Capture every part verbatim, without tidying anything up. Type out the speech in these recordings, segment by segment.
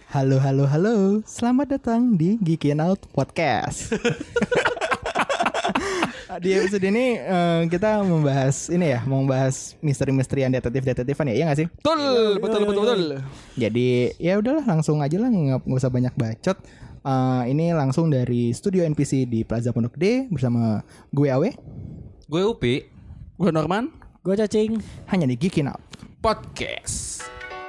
Halo, halo, halo. Selamat datang di Geekin Out Podcast. Di episode ini uh, kita membahas ini ya, mau membahas misteri-misterian detektif-detektifan ya, iya nggak sih? Betul, betul, betul, betul. Jadi ya udahlah langsung aja lah, nggak nggak usah banyak bacot. Uh, ini langsung dari studio N P C di Plaza Pondok Gede bersama gue Awe, gue Upi, Gue Norman, gue Cacing. hanya di Geekin Out podcast.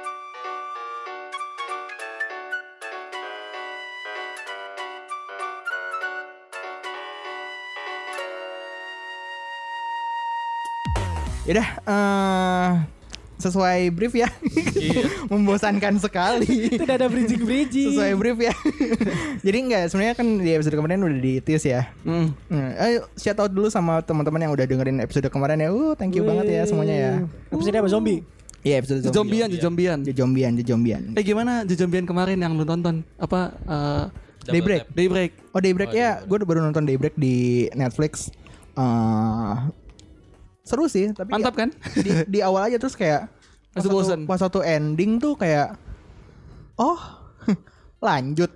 Yaudah, uh, sesuai brief ya. Iya. Membosankan sekali. Tidak ada bridging-bridging. Sesuai brief ya. Jadi enggak, sebenarnya kan di episode kemarin udah di-tease ya. Hmm. Nah, ayo shout out dulu sama teman-teman yang udah dengerin episode kemarin ya. Uh, thank you Wih. banget ya semuanya ya. Episode apa zombie? Iya, episode zombie. Jejombian, jejombian. Jejombian, jejombian. Eh gimana jejombian kemarin yang lu tonton? Apa? Uh, Daybreak. Daybreak. Oh, Daybreak Oh, ya. Gue baru nonton Daybreak di Netflix. Uh, seru sih, tapi Mantap ya, kan? di, di awal aja terus kayak pas Masih satu, bosan. pas satu ending tuh kayak oh lanjut.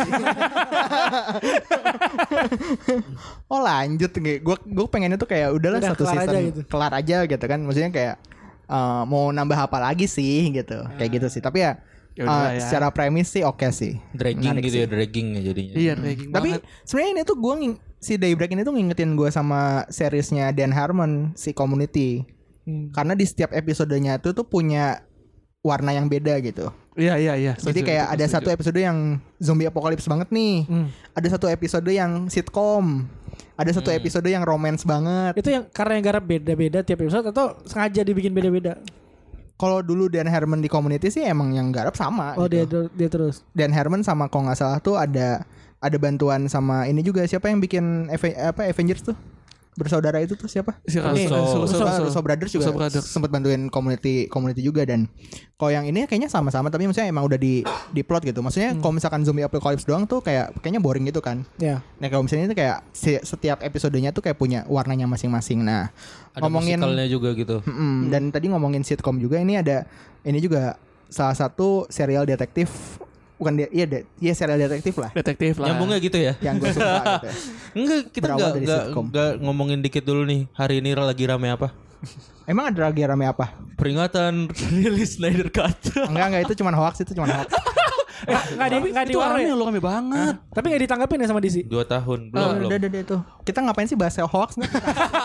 Oh lanjut gue gue pengennya tuh kayak udahlah Udah, satu kelar season aja gitu. kelar aja gitu kan, maksudnya kayak uh, mau nambah apa lagi sih gitu, kayak gitu sih. Tapi ya, Ya udah uh, lah ya. secara premis sih oke sih, Dragging Menarik gitu sih. ya, dragging ya jadinya. Iya, dragging Tapi banget. sebenarnya ini tuh gue nging- si Daybreak ini tuh ngingetin gue sama seriesnya Dan Harmon, si Community. Hmm. Karena di setiap episodenya itu tuh punya warna yang beda gitu. Iya, iya, iya. Jadi Setuju, kayak setuju, ada setuju. satu episode yang zombie apokalips banget nih. Hmm. Ada satu episode yang sitcom. Ada satu Hmm. episode yang romance banget. Itu yang karena yang garap beda-beda tiap episode atau sengaja dibikin beda-beda? Kalau dulu Dan Harmon di Community sih emang yang garap sama Oh dia gitu. dia terus. Dan Harmon sama kalau nggak salah tuh ada ada bantuan sama ini juga, siapa yang bikin Ave- apa Avengers tuh? Bersaudara itu tuh siapa? Si Ini, Russo, Russo, Russo, Russo, Russo Brothers juga Russo Brothers. sempat bantuin community community juga. Dan kalau yang ini kayaknya sama-sama, tapi maksudnya emang udah di di plot gitu. Maksudnya kalau misalkan zombie apocalypse doang tuh kayak kayaknya boring gitu kan. Ya. Nah kalau misalnya itu kayak si- setiap episodenya tuh kayak punya warnanya masing-masing. Nah Ada ngomongin musikalnya juga gitu. Mm-mm, dan tadi ngomongin sitcom juga, ini ada ini juga salah satu serial detektif, bukan dia iya de, iya serial detektif lah Detektif lah. Nyambungnya gitu ya? yang gue suka gitu ya. Enggak, kita Berawal enggak dari enggak sitcom. enggak ngomongin dikit dulu nih. Hari ini lagi rame apa? Emang ada lagi rame apa? Peringatan rilis Snyder Cut. Enggak enggak itu cuma hoax, itu cuma hoax. Nggak di nggak Itu diwarai. rame, lu rame banget. Tapi nggak ditanggapin ya sama D C. Dua tahun belum Oh, belum. udah, udah, udah itu. Kita ngapain sih bahas hoax nggak?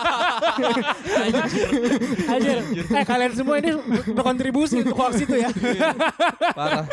Anjir. Eh kalian semua ini berkontribusi untuk hoax itu ya. Parah.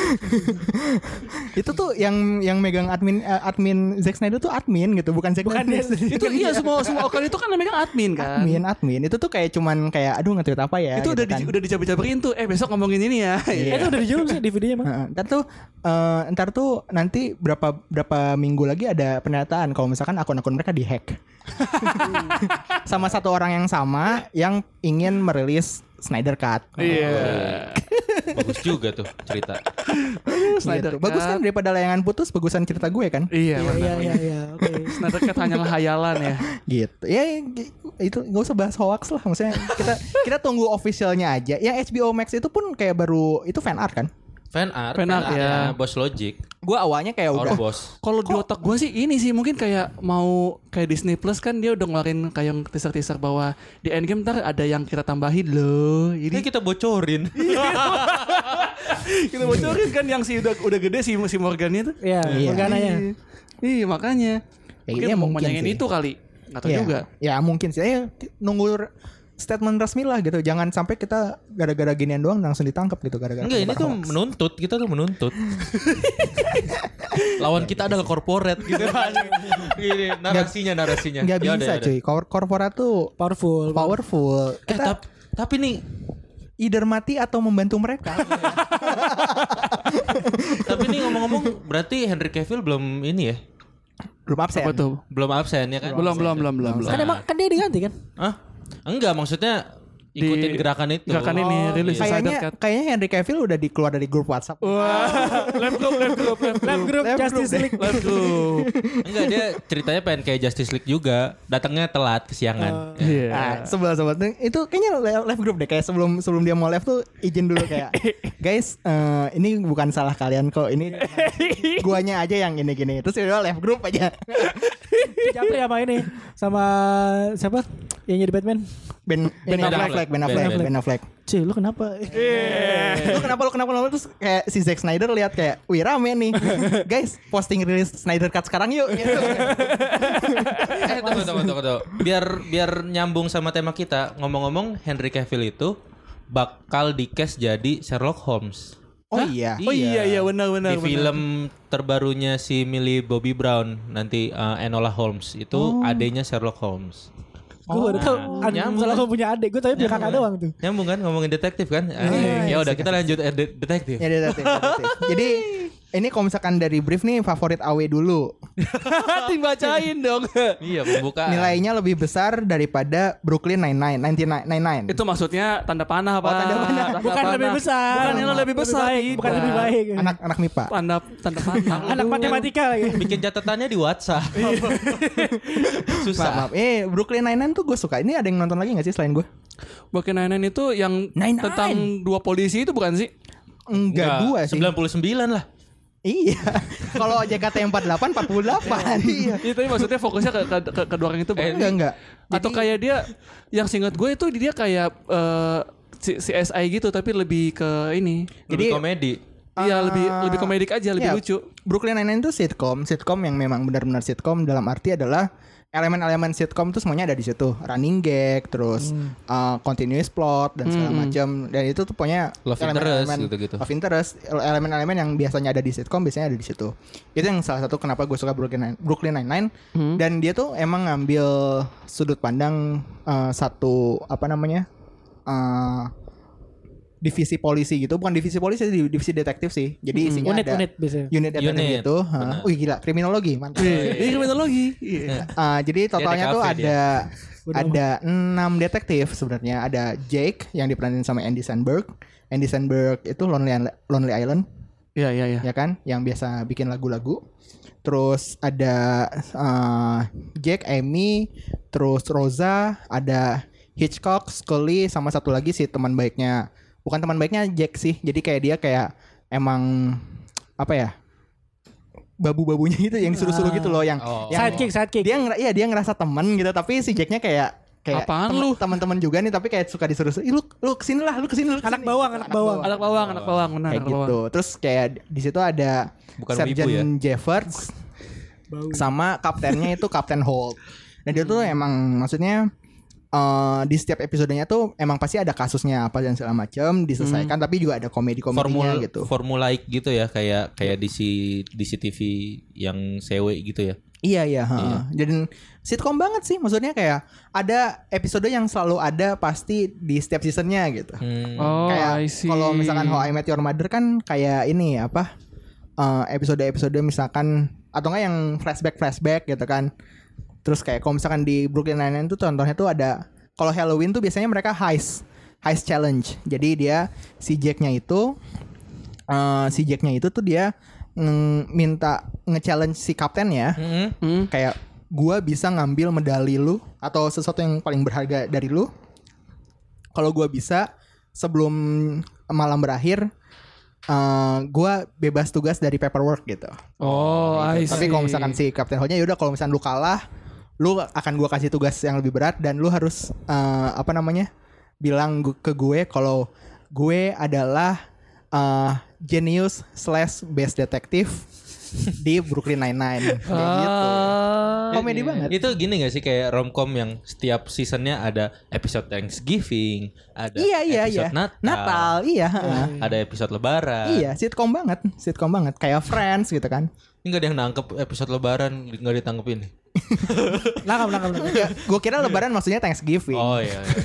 Itu tuh yang yang megang admin eh, admin Zack Snyder tuh admin gitu, bukan Zack Bukan Snyder. dia. Itu iya semua semua akun itu kan namanya admin kan. admin admin itu tuh kayak cuman kayak aduh nge-tweet apa ya. Itu gitu udah di, kan. udah dicabar-cabarin tuh. Eh besok ngomongin ini ya. Iya. Eh, itu udah dijawab sih D V D-nya emang. Heeh, ntar tuh eh, ntar tuh nanti berapa berapa minggu lagi ada pernyataan kalau misalkan akun-akun mereka dihack sama satu orang yang sama yang ingin merilis Snyder Cut. Iya. Bagus juga tuh cerita. Gitu. Snyder Bagus kan Cut. daripada layangan putus, bagusan cerita gue kan. Iya, Iya benar. iya iya iya. Oke. Snyder Cut hanyalah hayalan ya. Gitu. Ya itu nggak usah bahas hoax lah, maksudnya kita kita tunggu officialnya aja. Yang H B O Max itu pun kayak baru itu fan art kan. Fan art, Fan art, ya. Boss Logic, Gue awalnya kayak Our udah Boss. Kalau di otak gue sih ini sih mungkin kayak mau kayak Disney Plus kan dia udah ngeluarin kayak yang teaser-teaser bahwa di Endgame ntar ada yang kita tambahin loh. Ini Jadi kita bocorin. kita bocorin kan yang si udah udah gede si si Morgan itu. Iya, Iya. Morgananya. Iya makanya. Ya, Mungkin iya, mau mungkin nanyain sih. itu kali. Gak tau ya, juga. ya mungkin sih. Ya, nunggu re- statement resmi lah gitu. Jangan sampai kita gara-gara ginian doang langsung ditangkap gitu gara-gara. Enggak, ini kabar tuh hoax. menuntut, kita tuh menuntut. Lawan kita adalah corporate gitu. Gini, narasinya narasinya. Nggak Ya udah, bisa ya udah. cuy. Kor- Korporat tuh Powerful. powerful. Eh, Kita tap- tapi nih either mati atau membantu mereka. Tapi nih ngomong-ngomong berarti Henry Cavill belum ini ya? Belum absen. Apa tuh? Belum absen ya kan? Belum belum belum belum belum. Kan emang kan dia diganti kan? Hah? Enggak, maksudnya Ikutin gerakan itu. Gerakan ini rilis Snyder Kayaknya Cut. kayaknya Henry Cavill udah dikeluar dari grup WhatsApp. Wah, live group, live group, live Live group, group Live Justice group League. live group. Enggak, dia ceritanya pengen kayak Justice League juga. Datangnya telat, kesiangan. Ya. Iya. Ah, sebel-sebel itu kayaknya li- live group deh, kayak sebelum sebelum dia mau live tuh izin dulu kayak guys, eh, ini bukan salah kalian kok, ini guanya aja yang gini-gini. Terus udah live group aja. Japri sama ini sama siapa yang jadi Batman? Ben Ben Ben Affleck, Ben Affleck, Affleck. Ben Affleck. Cih, lu kenapa? Lu kenapa lu kenapa lu terus kayak si Zack Snyder lihat kayak, wih rame nih, guys posting rilis Snyder Cut sekarang yuk. Gitu. Eh, tunggu, tunggu, tunggu, tunggu. Biar biar nyambung sama tema kita. Ngomong-ngomong, Henry Cavill itu bakal di-cast jadi Sherlock Holmes. Oh iya. Oh iya iya benar benar. Di film terbarunya si Millie Bobby Brown nanti uh, Enola Holmes itu adenya Sherlock Holmes. Gue baru tau Nah, an- nyambung salah kan? gue punya adik. Gue tau punya kakak doang tuh. Nyambung kan ngomongin detektif kan? iya, ya udah kita lanjut eh, de- detektif. Ya detektif, detektif. Jadi ini kalau misalkan dari brief nih favorit A W dulu. Tim bacain dong. Iya, pembukaan. Nilainya lebih besar daripada Brooklyn Nine-Nine, sembilan belas sembilan puluh sembilan. Itu maksudnya tanda panah Pak. tanda panah. Bukan lebih besar. Bukan yang lebih besar. baik, bukan lebih baik. Anak anak M I P A. Tanda tanda panah. Anak matematika lagi. Bikin catatannya di WhatsApp. Susah. Maaf, maaf. Eh Brooklyn Nine-Nine tuh gue suka. Ini ada yang nonton lagi gak sih selain gue? Bukan Nine-Nine itu yang Nine-Nine. tentang dua polisi itu bukan sih? Enggak, dua sih. sembilan puluh sembilan lah. Iya. Kalau J K T empat puluh delapan, empat puluh delapan. Iya. Itu maksudnya fokusnya ke, ke, ke kedua orang itu bukan? Enggak, enggak. Atau kayak dia yang seingat gue itu dia kayak eh, C- CSI gitu tapi lebih ke ini. Jadi Jadi- komedi. Iya Ah, lebih lebih komedik aja, lebih Iya, lucu. Brooklyn Nine-Nine itu sitcom, sitcom yang memang benar-benar sitcom dalam arti adalah elemen-elemen sitcom tuh semuanya ada di situ. Running gag, terus uh, continuous plot dan segala Hmm. macam. Dan itu tuh pokoknya Love interest gitu-gitu. Love interest, elemen-elemen yang biasanya ada di sitcom biasanya ada di situ. Itu yang salah satu kenapa gue suka Brooklyn Nine- Brooklyn Nine-Nine. Hmm. Dan dia tuh emang ngambil sudut pandang uh, satu apa namanya? Uh, divisi polisi gitu, bukan divisi polisi, di- divisi detektif sih. Jadi isinya Unit ada unit biasanya. unit detektif Unit, gitu. Hah. benar. Wih gila, kriminologi mantap. Ini kriminologi. Iya. Ah, jadi totalnya Dia tuh ada kafe ada ada enam detektif sebenarnya. Ada Jake yang diperanin sama Andy Samberg. Andy Samberg itu Lonely Lonely Island, Iya iya iya. ya kan, yang biasa bikin lagu-lagu. Terus ada uh, Jake, Amy, terus Rosa, ada Hitchcock, Scully, sama satu lagi si teman baiknya. Bukan teman baiknya Jack sih. Jadi kayak dia kayak emang apa ya? Babu-babunya gitu yang disuruh-suruh gitu loh yang, Oh. yang Sidekick, sidekick. dia ngera iya dia ngerasa temen gitu, tapi si Jacknya kayak kayak Apaan temen- lu? teman-teman juga nih, tapi kayak suka disuruh-suruh. Ih, lu lu kesini lah, lu kesini lu kesini. Anak bawang, anak bawang. Anak bawang, anak bawang, benar Kayak anak bawang. gitu. Terus kayak di situ ada Bukan Sergeant wibu ya? Jeffords sama kaptennya itu Kapten Holt. Dan dia tuh emang maksudnya eh, di setiap episodenya tuh emang pasti ada kasusnya apa dan segala macam diselesaikan, tapi juga ada komedi-komedinya Formula gitu. formulaik gitu ya, kayak kayak di si di C T V yang C W gitu ya. Iya iya, ha. Jadi sitcom banget sih, maksudnya kayak ada episode yang selalu ada pasti di setiap seasonnya gitu. Hmm. Oh, Kayak I see. kalau misalkan How I Met Your Mother kan kayak ini apa eh, episode-episode misalkan atau enggak yang flashback-flashback gitu kan. Terus kayak kalau misalkan di Brooklyn Nine-Nine tuh contohnya tuh ada kalau Halloween tuh biasanya mereka heist heist challenge. Jadi dia si Jack-nya itu eh, si Jack-nya itu tuh dia mm, minta nge-challenge si kaptennya Mm-mm. Hmm. kayak gua bisa ngambil medali lu atau sesuatu yang paling berharga dari lu. Kalau gua bisa sebelum malam berakhir eh gua bebas tugas dari paperwork gitu. Oh, I see. Tapi kalau misalkan si Kapten Holtnya yaudah kalau misalkan lu kalah, lu akan gua kasih tugas yang lebih berat dan lu harus eh, apa namanya? bilang gu- ke gue kalau gue adalah eh, genius slash best detective di Brooklyn Nine-Nine kayak gitu. Ah, Komedi banget. Itu gini gak sih kayak romcom yang setiap seasonnya ada episode Thanksgiving, ada Iya iya iya. episode Natal, Natal iya. heeh. ada episode Lebaran. Iya, sitcom banget, sitcom banget kayak Friends gitu kan. Ini gak ada yang nangkep episode Lebaran nggak ditangkepin nih. Nangkap, nangkap, nangkap. Enggak, gue kira Lebaran maksudnya Thanksgiving. Oh iya. iya.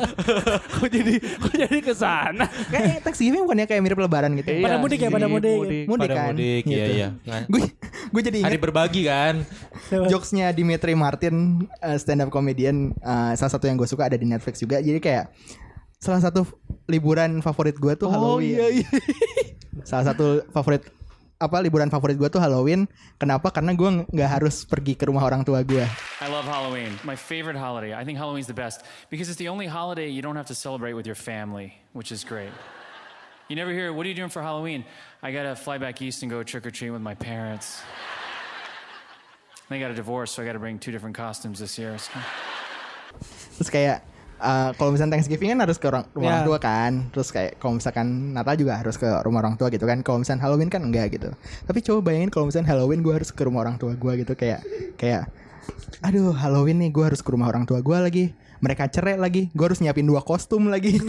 kok jadi kok jadi ke sana? Kayak Thanksgiving bukannya kayak mirip Lebaran gitu. Iya Pada mudik ya, sih, pada mudik. Mudik Pada kan. mudik, iya Gitu. iya. Nah, Gue gue jadi hari ingat berbagi kan. jokesnya Dimitri Martin, uh, stand up comedian, uh, salah satu yang gue suka ada di Netflix juga. Jadi kayak salah satu liburan favorit gue tuh Halloween. iya iya. Salah satu favorit apa liburan favorit gue tuh Halloween. Kenapa? Karena gue nggak harus pergi ke rumah orang tua gue. I love Halloween. My favorite holiday. I think Halloween's the best because it's the only holiday you don't have to celebrate with your family, which is great. You never hear, what are you doing for Halloween? I gotta fly back east and go trick-or-treat with my parents. They got a divorce, so I gotta bring two different costumes this year. It's kind of... Terus kayak uh, kalau misalnya Thanksgiving kan harus ke orang, rumah Yeah. orang tua kan. Terus kayak kalau misalkan Natal juga harus ke rumah orang tua gitu kan. Kalau misalnya Halloween kan enggak gitu. Tapi coba bayangin kalau misalnya Halloween gue harus ke rumah orang tua gue gitu kayak kayak aduh Halloween nih gue harus ke rumah orang tua gue lagi. Mereka cerai lagi. Gue harus nyiapin dua kostum lagi.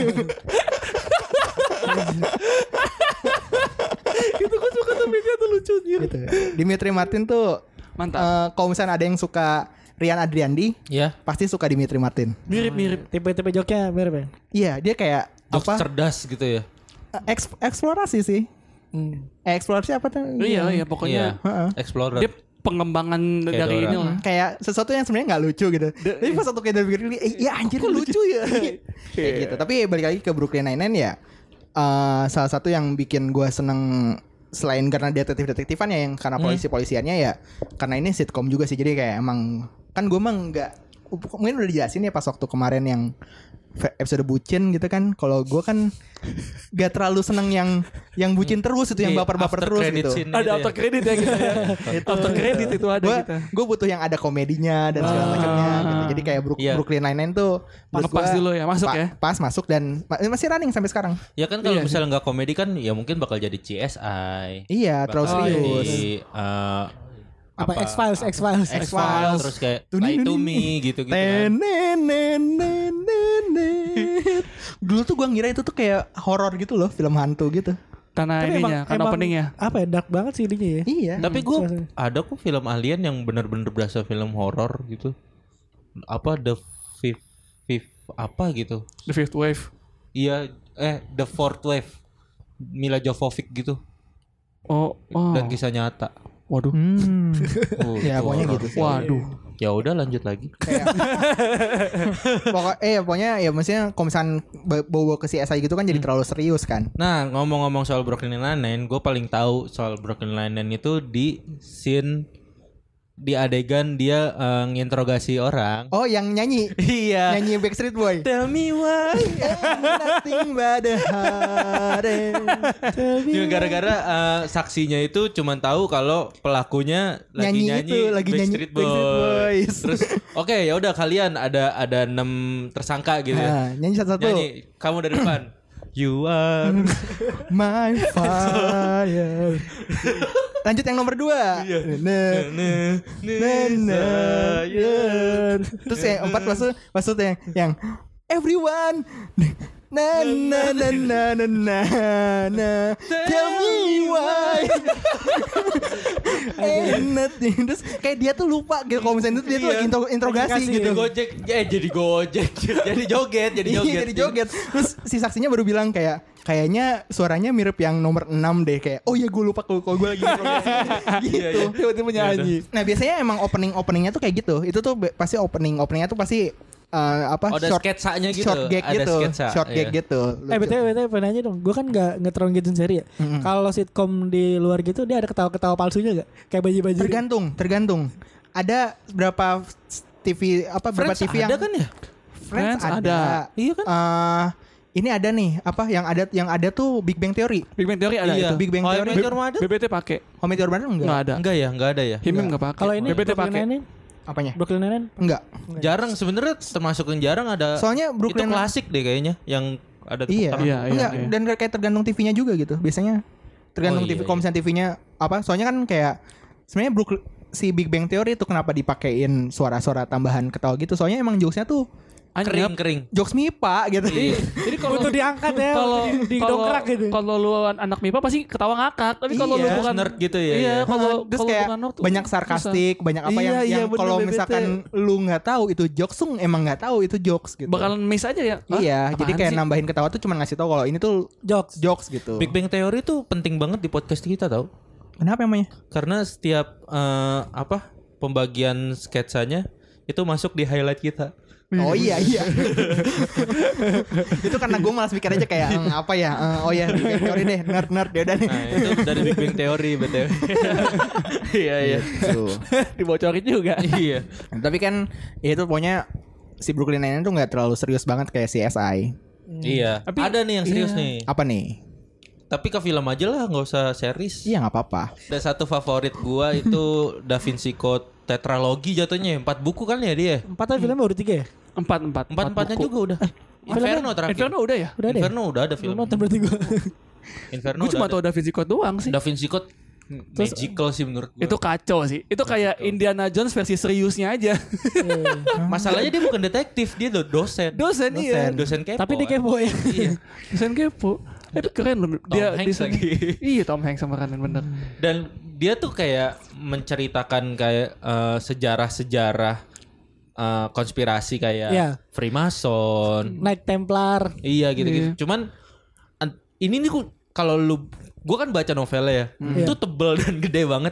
Itu gue suka tapi dia tuh lucu gitu. Dimitri Martin tuh Mantap. eh, kalau misalnya ada yang suka Rian Adriandi, Ya, pasti suka Dimitri Martin. Mirip-mirip. Tipe-tipe joknya mirip ya. Iya, dia kayak jokes apa? cerdas gitu ya. eh, eks- eksplorasi sih. Hmm. Eh, eksplorasi apa tuh? Iya iya pokoknya Iya, Explorer. dia pengembangan Kayak dari Dora. ini lah. Kayak sesuatu yang sebenarnya nggak lucu gitu. Tapi pas waktu kayak pikir eh, ya anjir lucu ya. Kayak gitu. Tapi balik lagi ke Brooklyn Nine-Nine ya. eh, salah satu yang bikin gue seneng selain karena detektif-detektifan ya yang karena polisi-polisiannya ya karena ini sitcom juga sih. Jadi kayak emang kan gue emang nggak mungkin udah dijelasin ya pas waktu kemarin yang episode bucin gitu kan. Kalau gue kan gak terlalu seneng yang yang bucin terus itu yang Iya, baper-baper after terus credit gitu. scene Ada gitu auto ya. kredit ya kita ya. Auto kredit itu ada Gue kita. gue butuh yang ada komedinya dan segala Ah. macamnya gitu. Jadi kayak Brook- Iya. Brooklyn Nine-Nine tuh menurut Pas gua dulu ya, masuk ya. Pas masuk dan ma- masih running sampai sekarang. Ya kan kalau Iya sih. misalnya nggak komedi kan ya mungkin bakal jadi C S I. Iya, terlalu Bakal serius. jadi, eh, Apa, X-Files, X-Files. X-Files terus kayak Lie to Me gitu-gitu kan. Tenenenenenet. Dulu tuh gue ngira itu tuh kayak horor gitu loh, film hantu gitu. Karena Tapi ininya, emang- karena emang openingnya. Apa ya, dark banget sih ininya ya. Iya. Tapi gue suasana. ada kok film alien yang bener-bener berasa film horor gitu. Apa The Fifth Fifth apa gitu. The Fifth Wave. Iya, eh The Fourth Wave. Mila Jovovich gitu. Oh, oh. Dan kisah nyata. Waduh. Hmm. Oh, Ya itu pokoknya horor. gitu sih. Waduh. Ya udah lanjut lagi. Pokok eh pokoknya ya maksudnya kalau misalkan bawa ke C S I gitu kan jadi terlalu serius kan. Nah, ngomong-ngomong soal Brooklyn Nine-Nine, gue paling tahu soal Brooklyn Nine-Nine itu di scene di adegan dia eh, nginterogasi orang. Oh, yang nyanyi. Iya. Nyanyi Backstreet Boy. Tell me why. Nothing but a heart. Ya, gara-gara eh, saksinya itu cuma tahu kalau pelakunya lagi Nyanyi nyanyi, itu, lagi nyanyi Backstreet Backstreet Boys. Boys. Terus oke ya udah kalian ada ada enam tersangka gitu ya. Nah, nyanyi satu-satu. Nyanyi kamu dari depan. You are My fire. Lanjut yang nomor dua. Nah, nah, nah, nah. Terus yang empat maksud maksud yang yang everyone. Na na na na na na na. Tell me why. Ain't nothing. Terus kayak dia tuh lupa gitu kalau misalnya itu dia tuh lagi intro- interogasi Interogasi. gitu. Gojek, eh jadi gojek, jadi joget, jadi Iya, joget, jadi joget. Terus si saksinya baru bilang kayak kayaknya suaranya mirip yang nomor enam deh kayak oh ya gue lupa kalau kalau gue lagi interogasi. gitu. Tiba-tiba nyanyi. Nah, biasanya emang opening openingnya tuh kayak gitu. Itu tuh be- pasti opening openingnya tuh pasti eh, apa Oh, ada sketsanya gitu. short gag Ada gitu, sketsa, short gag iya. gitu. Eh btw btw pengen nanya dong, gue kan nggak nggak terlalu ngikutin seri ya. Kalau sitkom di luar gitu dia ada ketawa-ketawa palsunya gak? Kayak baju-baju. Tergantung, tergantung. Ada berapa T V apa berapa Friends T V yang ada kan ya? Friends, Friends ada. ada. Iya kan? Eh, ini ada nih apa yang ada yang ada tuh Big Bang Theory. Big Bang Theory ada Iya. itu. Big Bang How I Theory. Met Your Mother? B B T pakai. Home Your Mother enggak? Enggak ada. Enggak ya, enggak ada ya. Himim enggak pakai. Kalau ini B B T Brooklyn pakai. Nine-Nine, Apanya? Brooklyn Nine-Nine Enggak. Jarang sebenarnya termasuk yang jarang ada. Soalnya Brooklyn itu klasik deh kayaknya yang ada tepuk Iya. tangan. Iya, iya, Enggak, iya. dan kayak tergantung T V-nya juga gitu. Biasanya tergantung Oh, T V iya, kalau iya. misalnya T V-nya apa? Soalnya kan kayak sebenarnya Brooklyn si Big Bang Theory itu kenapa dipakein suara-suara tambahan ketawa gitu? Soalnya emang jokesnya tuh Kering, kering. jokes M I P A gitu. Jadi kalau butuh diangkat ya, kalau di, di kalau- dongkrak gitu. Kalau lu anak M I P A pasti ketawa ngakak, tapi kalau lu Iya. bukan Nerd gitu ya, Iya, iya. kalau Terus kalau kayak bukan nerd tuh banyak susah. sarkastik, banyak apa Iya, yang, iya, yang bener, kalau B B T. misalkan lu nggak tahu itu jokes tuh emang nggak tahu itu jokes gitu. bakalan miss aja ya. Hah? Iya, Apaan jadi kayak sih? nambahin ketawa tuh cuma ngasih tahu kalau ini tuh Jokes. jokes gitu. Big Bang Theory tuh penting banget di podcast kita tau. Kenapa emangnya? Karena setiap eh, apa pembagian sketsanya itu masuk di highlight kita. Oh iya iya. Itu karena gue malas mikir aja kayak "Eng, apa ya? Eh, oh ya Big Bang Theory deh, nerd nerd ya udah nih. Nah, itu dari Big Bang Theory B T W. Iya iya. Tuh. Dibocorin juga. Iya. Tapi kan ya itu pokoknya si Brooklyn Nine-Nine tuh nggak terlalu serius banget kayak C S I. Iya. Tapi- Ada nih yang serius iya. nih. Apa nih? Tapi ke film aja lah, nggak usah series. Iya nggak apa-apa. Ada satu favorit gua itu Da Vinci Code tetralogi jatuhnya, empat buku kan ya dia. Empat tapi filmnya baru tiga ya? Empat empat. Empat empatnya buku. juga udah. Inferno terakhir. Inferno udah ya? Udah deh. Inferno udah ada film. Belum nonton berarti gue. Inferno Gue cuma udah tahu ada. Da Vinci Code doang sih. Da Vinci Code magical sih menurut gua. Itu kacau sih. Itu kayak Indiana Jones versi seriusnya aja. Masalahnya dia bukan detektif, dia do- dosen. Dosen, iya. Dosen kepo. Tapi dia kepo ya. Iya. Dosen kepo. Itu keren loh. Dia Hanks desain- lagi. Iya Tom Hanks sama Kanan bener. Dan dia tuh kayak menceritakan kayak eh, sejarah-sejarah eh, konspirasi kayak Iya. Freemason. Knight Templar. Iya gitu-gitu. Cuman an- ini nih ku- kalau lu gua kan baca novelnya ya. Itu tebel dan gede banget.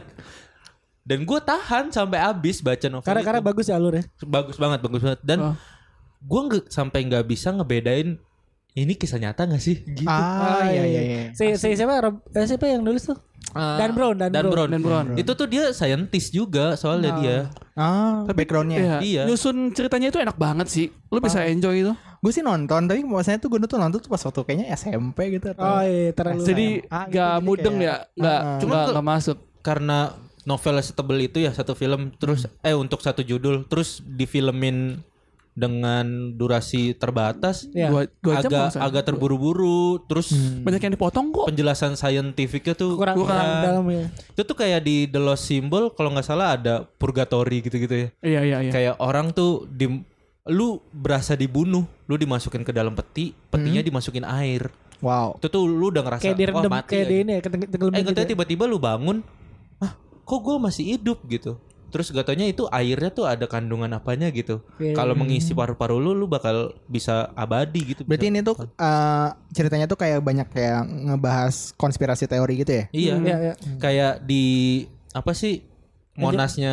Dan gua tahan sampai habis baca novel Karena itu. karena bagus ya alurnya. Bagus banget, bagus banget. Dan Oh. gua nggak sampai nggak bisa ngebedain ini kisah nyata gak sih? Gitu. Ah iya iya iya. Si, si siapa Rob, eh, siapa yang nulis tuh? Dan Brown, Dan, Dan Brown. Brown. Dan Brown. Itu tuh dia scientist juga soalnya dia. Ah backgroundnya. Iya. Iya. Nyusun ceritanya itu enak banget sih. Lu bisa enjoy itu. Gue sih nonton, tapi maksudnya tuh gue tuh nonton tuh pas waktu kayaknya S M P gitu. atau- Oh iya, terlalu. Jadi Ah, gitu, gak jadi mudeng kayak- ya, nggak Ah. Cuma nggak ke- nggak masuk. Karena novelnya setebel itu ya satu film terus eh untuk satu judul terus difilmin dengan durasi terbatas Iya. Dua, dua jam agak maksudnya. agak terburu-buru terus Banyak yang dipotong kok. penjelasan saintifiknya tuh kurang kurang dalam ya. Itu tuh kayak di The Lost Symbol kalau nggak salah ada purgatory gitu-gitu ya. Iya iya iya. Kayak orang tuh di lu berasa dibunuh, lu dimasukin ke dalam peti, petinya dimasukin air. Wow. Itu tuh lu udah ngerasa Kayak direndam wah mati kayak aja. di ini ya, keteng- tenggelam Eh gitu. katanya ya. tiba-tiba lu bangun, ah kok gue masih hidup gitu. Terus gak taunya itu airnya tuh ada kandungan apanya gitu. Oke. Kalau mengisi paru-paru lu, lu bakal bisa abadi gitu. Berarti bisa. ini tuh eh, ceritanya tuh kayak banyak kayak ngebahas konspirasi teori gitu ya? Iya, Iya, iya. kayak di apa sih Monasnya,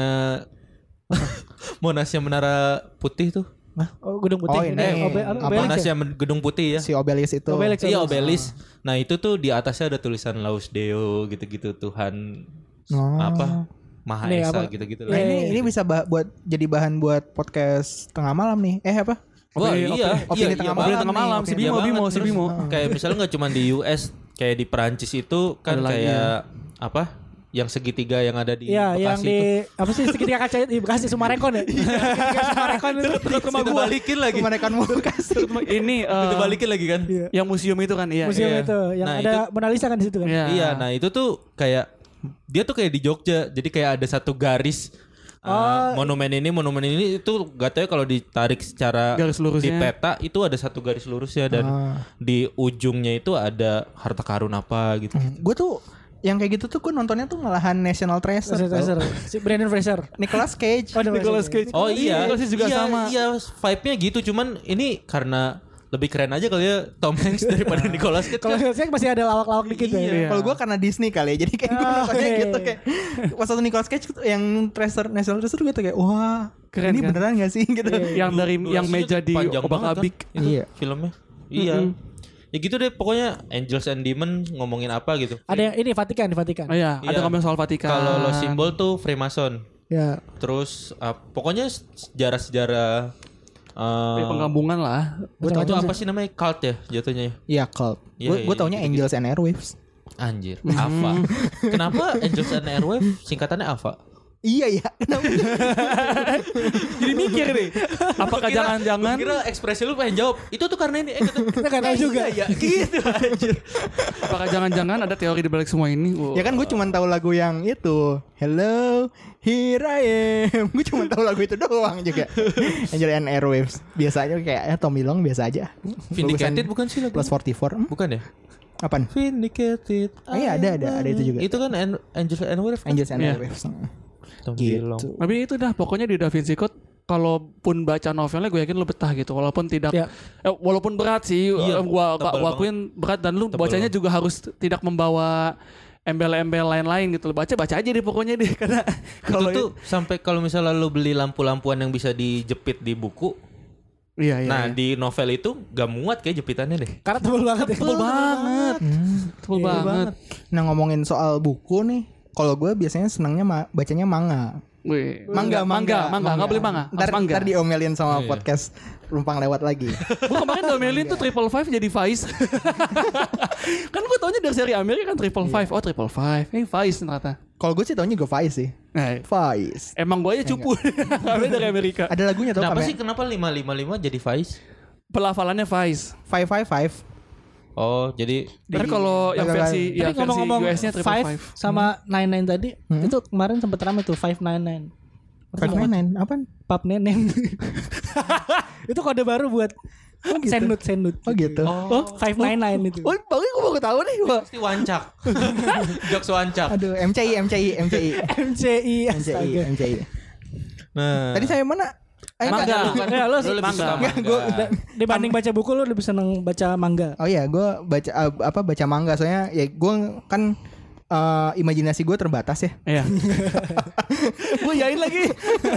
Monasnya Menara Putih tuh. Oh, Gedung Putih. Oh, ini Obe- apa? Obelix ya? Monasnya Men- Gedung Putih ya. Si Obelix itu. Obelix. Iya Obelis. Nah itu tuh di atasnya ada tulisan Laus Deo gitu-gitu Tuhan Oh. apa Maha Ini Esa apa? gitu-gitu Nah lah. ini ini bisa bah- buat jadi bahan buat podcast tengah malam nih. Eh apa? Wah Opini- iya, opini iya, tengah iya malam banget. tengah malam, nih, si opini. Iya Bimo, Bimo, banget. si Terus, Bimo. kayak misalnya nggak cuma di U S, kayak di Perancis itu kan Ada lagi, kayak apa? Yang segitiga yang ada di Iya, yang Bekasi di itu. apa sih segitiga kaca itu di Bekasi Sumarekon ya? Segitiga Sumarekon itu. Itu balikin lagi. Kemerdekaan mau kasih. Ini eh, Itu balikin lagi kan? Iya. yang museum itu kan iya. Museum iya. itu yang Nah, ada itu- Mona Lisa kan di situ kan? Iya. Iya, nah itu tuh kayak dia tuh kayak di Jogja. Jadi kayak ada satu garis uh, monumen ini, monumen ini itu gak tahu ya kalau ditarik secara Garis lurusnya. di peta itu ada satu garis lurusnya dan di ujungnya itu ada harta karun apa gitu. Gue tuh yang kayak gitu tuh gue nontonnya tuh malahan National Treasure. Fraser, Fraser. tau. Si Brandon Fraser. Nicolas Cage. Oh, Nicolas Cage. Oh iya, Nicolas Cage juga iya, sama. Iya, vibe-nya gitu. Cuman ini karena lebih keren aja kali ya Tom Hanks daripada Nicolas Cage. Kalau kan. saya masih ada lawak-lawak dikit ya. Iya. Kalau gue karena Disney kali ya. Jadi kayak gue Oh, nontonnya iya, gitu iya. kayak pas satu Nicolas Cage tuh yang Treasure National Treasure gue tuh kayak wah Keren, ini kan? beneran gak sih gitu. Yang dari yang meja di Panjang banget kan obak-abik. itu Iya. filmnya. Iya. Ya gitu deh pokoknya Angels and Demons ngomongin apa gitu. Ada yang ini Vatikan di Vatikan. Oh iya, ada Iya. ngomong soal Vatikan. Kalau lo simbol tuh Freemason. Ya. Terus uh, pokoknya sejarah-sejarah uh, Ya, penggabungan lah. Gue tau itu apa sih namanya cult ya jatuhnya ya? Iya cult. Iya, Gue gue iya, taunya gitu-gitu. Angels and Airwaves. Anjir, Alpha. Kenapa Angels and Airwaves singkatannya Alpha? Iya ya. Kenapa? Jadi mikir nih. Apakah jangan-jangan Gue kira ekspresi lu pengen jawab. Itu tuh karena ini. Eh, gitu. Kita nggak tahu Eh, juga. Iya, ya, gitu anjir. apakah jangan-jangan ada teori di balik semua ini? Wow. Ya kan gue cuma tahu lagu yang itu. Hello, here I am. Gue cuma tahu lagu itu doang juga. Angel and Airwaves. Biasanya kayak eh, Tommy Long biasa aja. Vindicated bukan sih lagu? Plus empat puluh empat. Hmm? Bukan ya? Apaan? Vindicated. Oh, iya ada ada ada itu juga. Itu kan An- Angels and Airwaves kan? Angels and Iya. Airwaves. Tom Gitu. Bilong. Tapi itu dah pokoknya di Da Vinci Code kalaupun baca novelnya gue yakin lu betah gitu walaupun tidak Ya. eh, walaupun berat sih Iya, eh, gua tebal gua akuin berat dan lu Tebal bacanya banget. juga harus tidak membawa embel-embel lain-lain gitu. Lu baca baca aja deh pokoknya deh karena Itu kalau tuh sampai kalau misalnya lu beli lampu-lampuan yang bisa dijepit di buku, Iya, iya. Nah iya. di novel itu gak muat kayak jepitannya deh. Karena tebel banget ya. Tebel banget. Tebel Iya, banget. Nah ngomongin soal buku nih, kalau gue biasanya senangnya ma- bacanya manga. Wih. Mangga, mangga, mangga, nggak boleh mangga, harus Ntar, mangga. ntar diomelin sama Iya. podcast Rumpang Lewat lagi. Gue kemarin domelin tuh triple five jadi Vice. Kan gue taunya dari seri Amerika kan triple five. Oh triple five, eh Vice ternyata. Kalau gue sih taunya gue Vice sih. Nah, Vice. emang gue aja cupu. Kami dari Amerika. Ada lagunya tau Kenapa kan? sih kenapa lima lima lima jadi Vice? Pelafalannya Vice. Five Five Five. Oh jadi Tapi kalau yang versi Tapi yang versi ngomong-ngomong U S-nya triple five five. sama nine nine tadi itu kemarin sempet rame tuh five nine nine. Five Nine Nine. Apa? Pap nenen. Itu kode baru buat sendut sendut. Oh gitu. Oh, five nine nine itu. Oh, bagus gue baru tahu nih. Wah. pasti wancak. Jokes wancak. Aduh, M C I, M C I, M C I, M C I M C I, astaga. M C I. Nah. Tadi saya mana? Eh, Mangga. enggak. Lu kan, Ya, lu lu lebih mangga. suka Enggak, mangga. gua- Da- Dibanding baca buku lu lebih seneng baca manga. Oh iya, gue baca uh, apa baca manga soalnya ya gue kan uh, imajinasi gue terbatas ya. Iya. Gue yain lagi.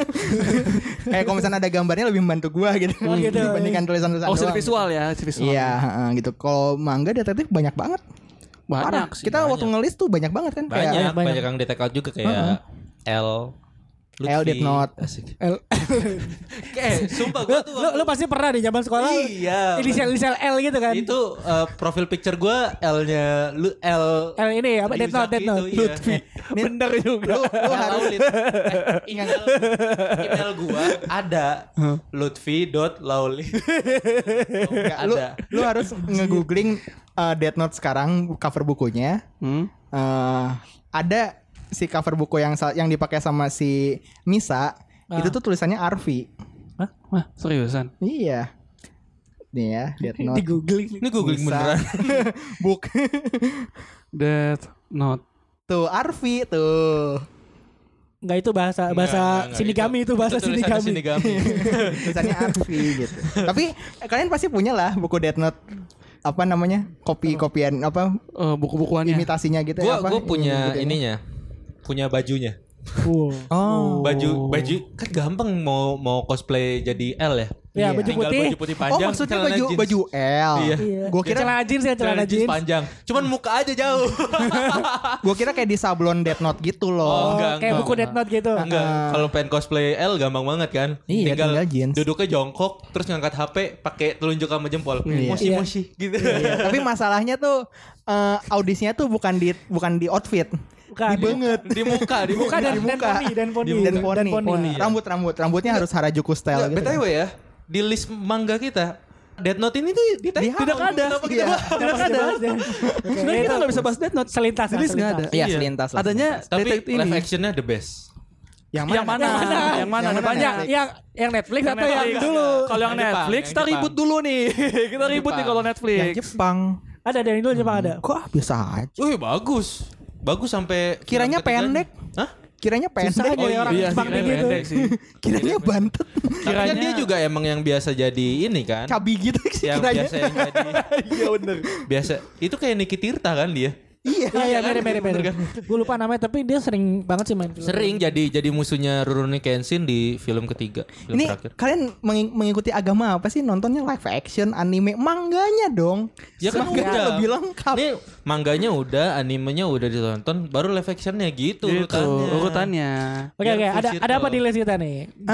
Kayak kalau misalnya ada gambarnya lebih membantu gue gitu, Oh, gitu. dibandingkan tulisan-tulisan Oh, secara doang. visual ya, secara visual. Iya, heeh, gitu. Kalau manga detektif banyak banget. Parah. Banyak sih. Kita waktu ngelis tuh banyak banget kan Banyak, kayak banyak, banyak. yang detek out juga kayak L. Lutfi. L Death Note. Asik. L- Kayak sumpah lu, gue tuh. lu, lu pasti pernah di zaman sekolah Iya. inisial-inisial L gitu kan. Itu uh, profil picture gue L-nya lu L. L ini apa Death Note, Death Note. Lutfi. Bener juga. lu, lu harus Laulit. Eh, email, email gua ada lutfi.laulit. Enggak lu, ada. lu harus nge-googling uh, Death Note sekarang cover bukunya. Hmm? Uh, ada si cover buku yang sa- yang dipakai sama si Misa itu tuh tulisannya Arfi. Hah? Wah, seriusan. Iya. Nih ya, Death Note. Di googling. Ini googling Misa. beneran. Book. Death Note. Tuh Arfi tuh. Enggak itu bahasa bahasa Enggak, enggak, Shinigami itu, bahasa itu tulisannya Shinigami. Tulisannya Arfi gitu. Tapi eh, kalian pasti punya lah buku Death Note apa namanya? Kopi-kopian apa Eh, buku-bukuannya. imitasinya gitu Gua ya apa? gua punya Gitu ya. ininya. Punya bajunya. Wow. Oh. Baju baju kan gampang mau mau cosplay jadi L ya. Ya, Iya. baju Tinggal putih. baju putih Oh, panjang. maksudnya celana baju jeans. baju L. Iya. Iya. Gua kira celana jeans ya, celana Celana jeans jeans. panjang. Cuman muka aja jauh. gua kira kayak di sablon Death Note gitu loh. Oh, Oh, enggak, kayak enggak. buku Death Note gitu. Enggak, kalau pengen cosplay L gampang banget kan. Iya, tinggal, tinggal jeans. duduknya jongkok terus ngangkat H P pakai telunjuk sama jempol. Iya. Moshi Iya. moshi gitu. Iya, tapi masalahnya tuh eh, audisinya tuh bukan di bukan di outfit. Bukan. Di banget. Di muka, di Bukan muka. dan, di dan muka. poni, dan poni. Dan poni. Iya. Rambut rambut rambutnya harus Harajuku style Nggak, gitu. B T W ya, di list manga kita Death Note ini tuh di Di Tidak ada. Iya. Tidak ada. Sebenarnya kita nggak bisa bahas Death Note. Selintas. Di list nggak ada. Iya, selintas lah. Adanya Tapi detektif live ini. actionnya the best. Yang Yang mana? Yang mana? Yang mana? Yang Ada mana? banyak. Netflix. Yang yang Netflix Yang atau yang Netflix. dulu? Kalau yang Yang Jepang, Netflix, yang kita Jepang. ribut dulu nih. Kita ribut nih kalau Netflix. Yang Jepang. Ada dari dulu Jepang ada. Kok ah, biasa aja. Wih, bagus. Bagus sampai Kiranya film ketiganya. pendek. Hah? Kiranya pendek. Susah aja Oh, ya orang Iya, Jepang sih, kayak gitu. pendek sih. Kiranya bantet. Tapi kan Kiranya- dia juga emang yang biasa jadi ini kan. Cabi gitu sih Yang kiranya. biasa yang jadi. Iya bener. Biasa. Itu kayak Niki Tirta kan dia. Iya. Iya, iya, mirip, mirip, mirip. Gue lupa namanya, tapi dia sering banget sih main film. Sering jadi jadi musuhnya Rurouni Kenshin di film ketiga, film Ini terakhir. kalian meng- mengikuti agama apa sih? Nontonnya live action, anime, mangganya dong. Ya kan Mangga udah. lebih lengkap. Ini mangganya udah, animenya udah ditonton, baru live actionnya gitu, Gitu, urutannya. urutannya. Oke, oke. Biar full Ada ada apa circle. di list kita nih?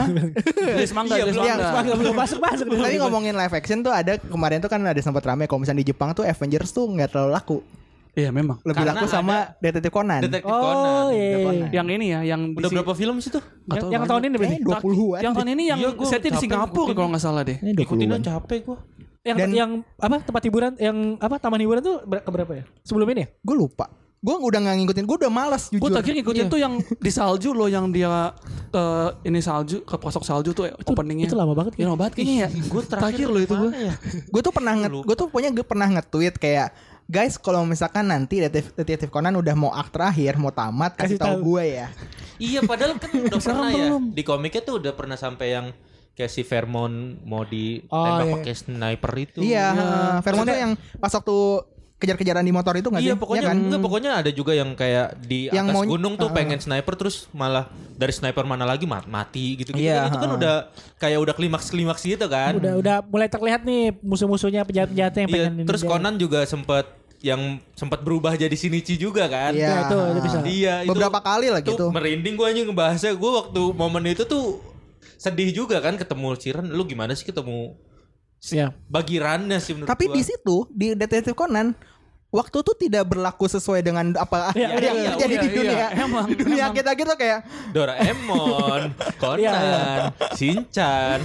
List mangga, Iya, list belum. mangga. Belum belum masuk masuk. Tadi ngomongin live action tuh ada kemarin tuh kan ada sempat rame kalau misalnya di Jepang tuh Avengers tuh nggak terlalu laku. Iya memang. Lebih Karena laku sama Detektif Conan. Detektif Oh, Conan. iya. Conan. Yang ini ya, yang di Udah sing- berapa film sih tuh? Nggak Yang, tahu yang banyak. tahun ini berarti? Eh, dua puluhan. Yang tahun ini yang Iya, gua setnya di capek Singapura ngikutin. kalau nggak salah deh. Ini Ikutin dua puluhan. capek gua. Yang Dan- yang apa tempat hiburan yang apa taman hiburan tuh ber- keberapa ya? Sebelum ini ya? Gue lupa. Gue udah nggak ngikutin. Gue udah malas jujur. Gue terakhir ngikutin Iya. tuh yang di salju loh, yang dia eh, ini salju ke pelosok salju tuh openingnya. Itu lama banget. Iya, lama banget kayaknya ya. Gue terakhir loh itu gue. Gue tuh pernah nge- gue tuh punya gue pernah nge-tweet kayak guys kalau misalkan nanti detektif, detektif Conan udah mau ak terakhir mau tamat kasih, Kasih tahu tahu. gue ya. Iya, padahal kan udah Sekarang pernah ya. belum. Di komiknya tuh udah pernah sampai yang kayak si Vermont mau Oh, ditembak iya. pakai sniper itu. Iya, Iya. Vermont tuh yang pas waktu kejar-kejaran di motor itu nggak sih? Iya pokoknya Ya kan? enggak, pokoknya ada juga yang kayak di Yang atas mau- gunung tuh uh-uh. pengen sniper terus malah dari sniper mana lagi mat- mati gitu-gitu. Iya, kan. Itu kan uh-uh. udah kayak udah klimaks-klimaks gitu kan. Udah udah mulai terlihat nih musuh-musuhnya penjahat-penjahatnya yang Iya, pengen ini terus dia. Conan juga sempat yang sempat berubah jadi Shinichi juga kan. Iya. Ya, itu, itu bisa. Iya, itu Beberapa kali lah tuh gitu. merinding gue aja ngebahasnya. Gue waktu momen itu tuh sedih juga kan ketemu Chiran. Lu gimana sih ketemu Iya. bagirannya sih menurut Tapi gua. di situ di Detektif Conan waktu tuh tidak berlaku sesuai dengan apa Iya, yang iya, terjadi iya, di dunia. iya. Emang, di dunia emang. kita gitu kayak Doraemon, Conan, Iya, iya. Shinchan.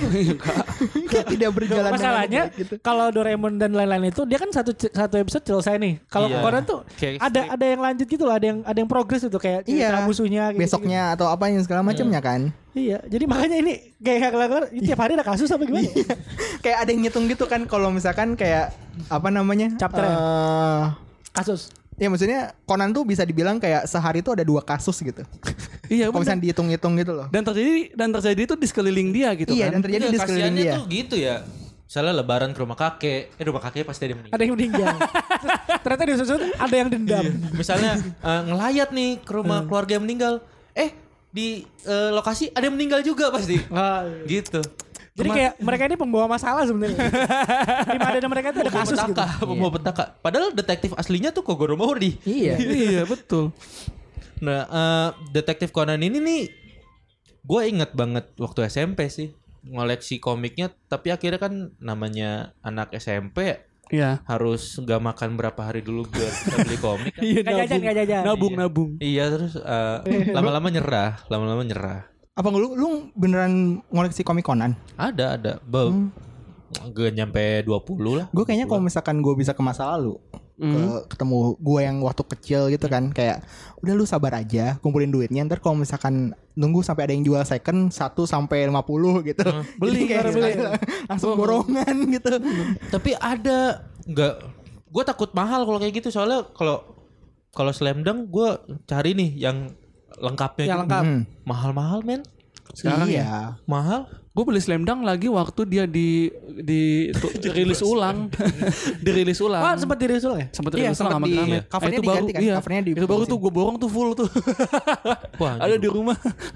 kayak tidak berjalan dengan Masalahnya baik gitu. kalau Doraemon dan lain-lain itu dia kan satu satu episode selesai nih. Kalau Iya. Conan tuh Kayak ada strip. ada yang lanjut gitu loh, ada yang ada yang progres itu kayak cerita Iya. musuhnya gitu, Besoknya atau apa yang segala macamnya kan. Iya, jadi makanya ini kayak kelar-kelar tiap hari ada kasus apa gimana? Kayak ada yang ngitung gitu kan kalau misalkan kayak apa namanya? Chapter ya? Eh, Kasus. ya maksudnya Conan tuh bisa dibilang kayak sehari tuh ada dua kasus gitu. Iya Kalau benar. misalnya dihitung-hitung gitu loh. Dan terjadi dan terjadi itu di sekeliling dia gitu Iya, kan. dan terjadi Iya, di sekeliling kasihannya dia. tuh gitu ya. Misalnya lebaran ke rumah kakek, eh rumah kakek pasti ada yang meninggal. Ada yang meninggal. Terus ternyata di susun ada yang dendam. Misalnya eh, ngelayat nih ke rumah keluarga yang meninggal, eh di eh, lokasi ada yang meninggal juga pasti. Ah, iya. Gitu. Jadi kayak mereka ini pembawa masalah sebenarnya. Di mana mereka itu ada Pembawa kasus gitu. petaka, pembawa petaka. Padahal detektif aslinya tuh Kogoro Mori. Iya. Iya betul. Nah, eh, detektif Conan ini nih, gue inget banget waktu S M P sih ngoleksi komiknya. Tapi akhirnya kan namanya anak S M P Iya. harus nggak makan berapa hari dulu biar bisa beli komik. Kan. Iya Nggak jajan, nggak jajan. Nabung Iya. nabung. Iya terus eh, lama-lama nyerah, lama-lama nyerah. Apa lu lu beneran ngoleksi komik Conan? Ada ada, Be- Hmm. gak nyampe dua puluh lah. Gue kayaknya kalau misalkan gue bisa ke masa lalu, ke, ketemu gue yang waktu kecil gitu kan, kayak udah lu sabar aja, kumpulin duitnya. Ntar kalau misalkan nunggu sampai ada yang jual second satu sampai lima puluh gitu, Beli, Jadi kayak baru beli. langsung borongan gitu. Tapi ada nggak? Gue takut mahal kalau kayak gitu soalnya kalau kalau Slam Dunk gue cari nih yang lengkapnya. Yang gitu. lengkap. Hmm. Mahal-mahal men, Sekarang iya. mahal. Gue beli Slam Dunk lagi waktu dia di di tu- rilis ulang, dirilis ulang. Oh, sempat dirilis ulang ya? Sempat Iya, dirilis ulang sempat sama di- Gramet. covernya itu baru, diganti kan, iya. covernya Itu baru diputusin. tuh gue borong tuh full tuh. Wah, Ada di rumah.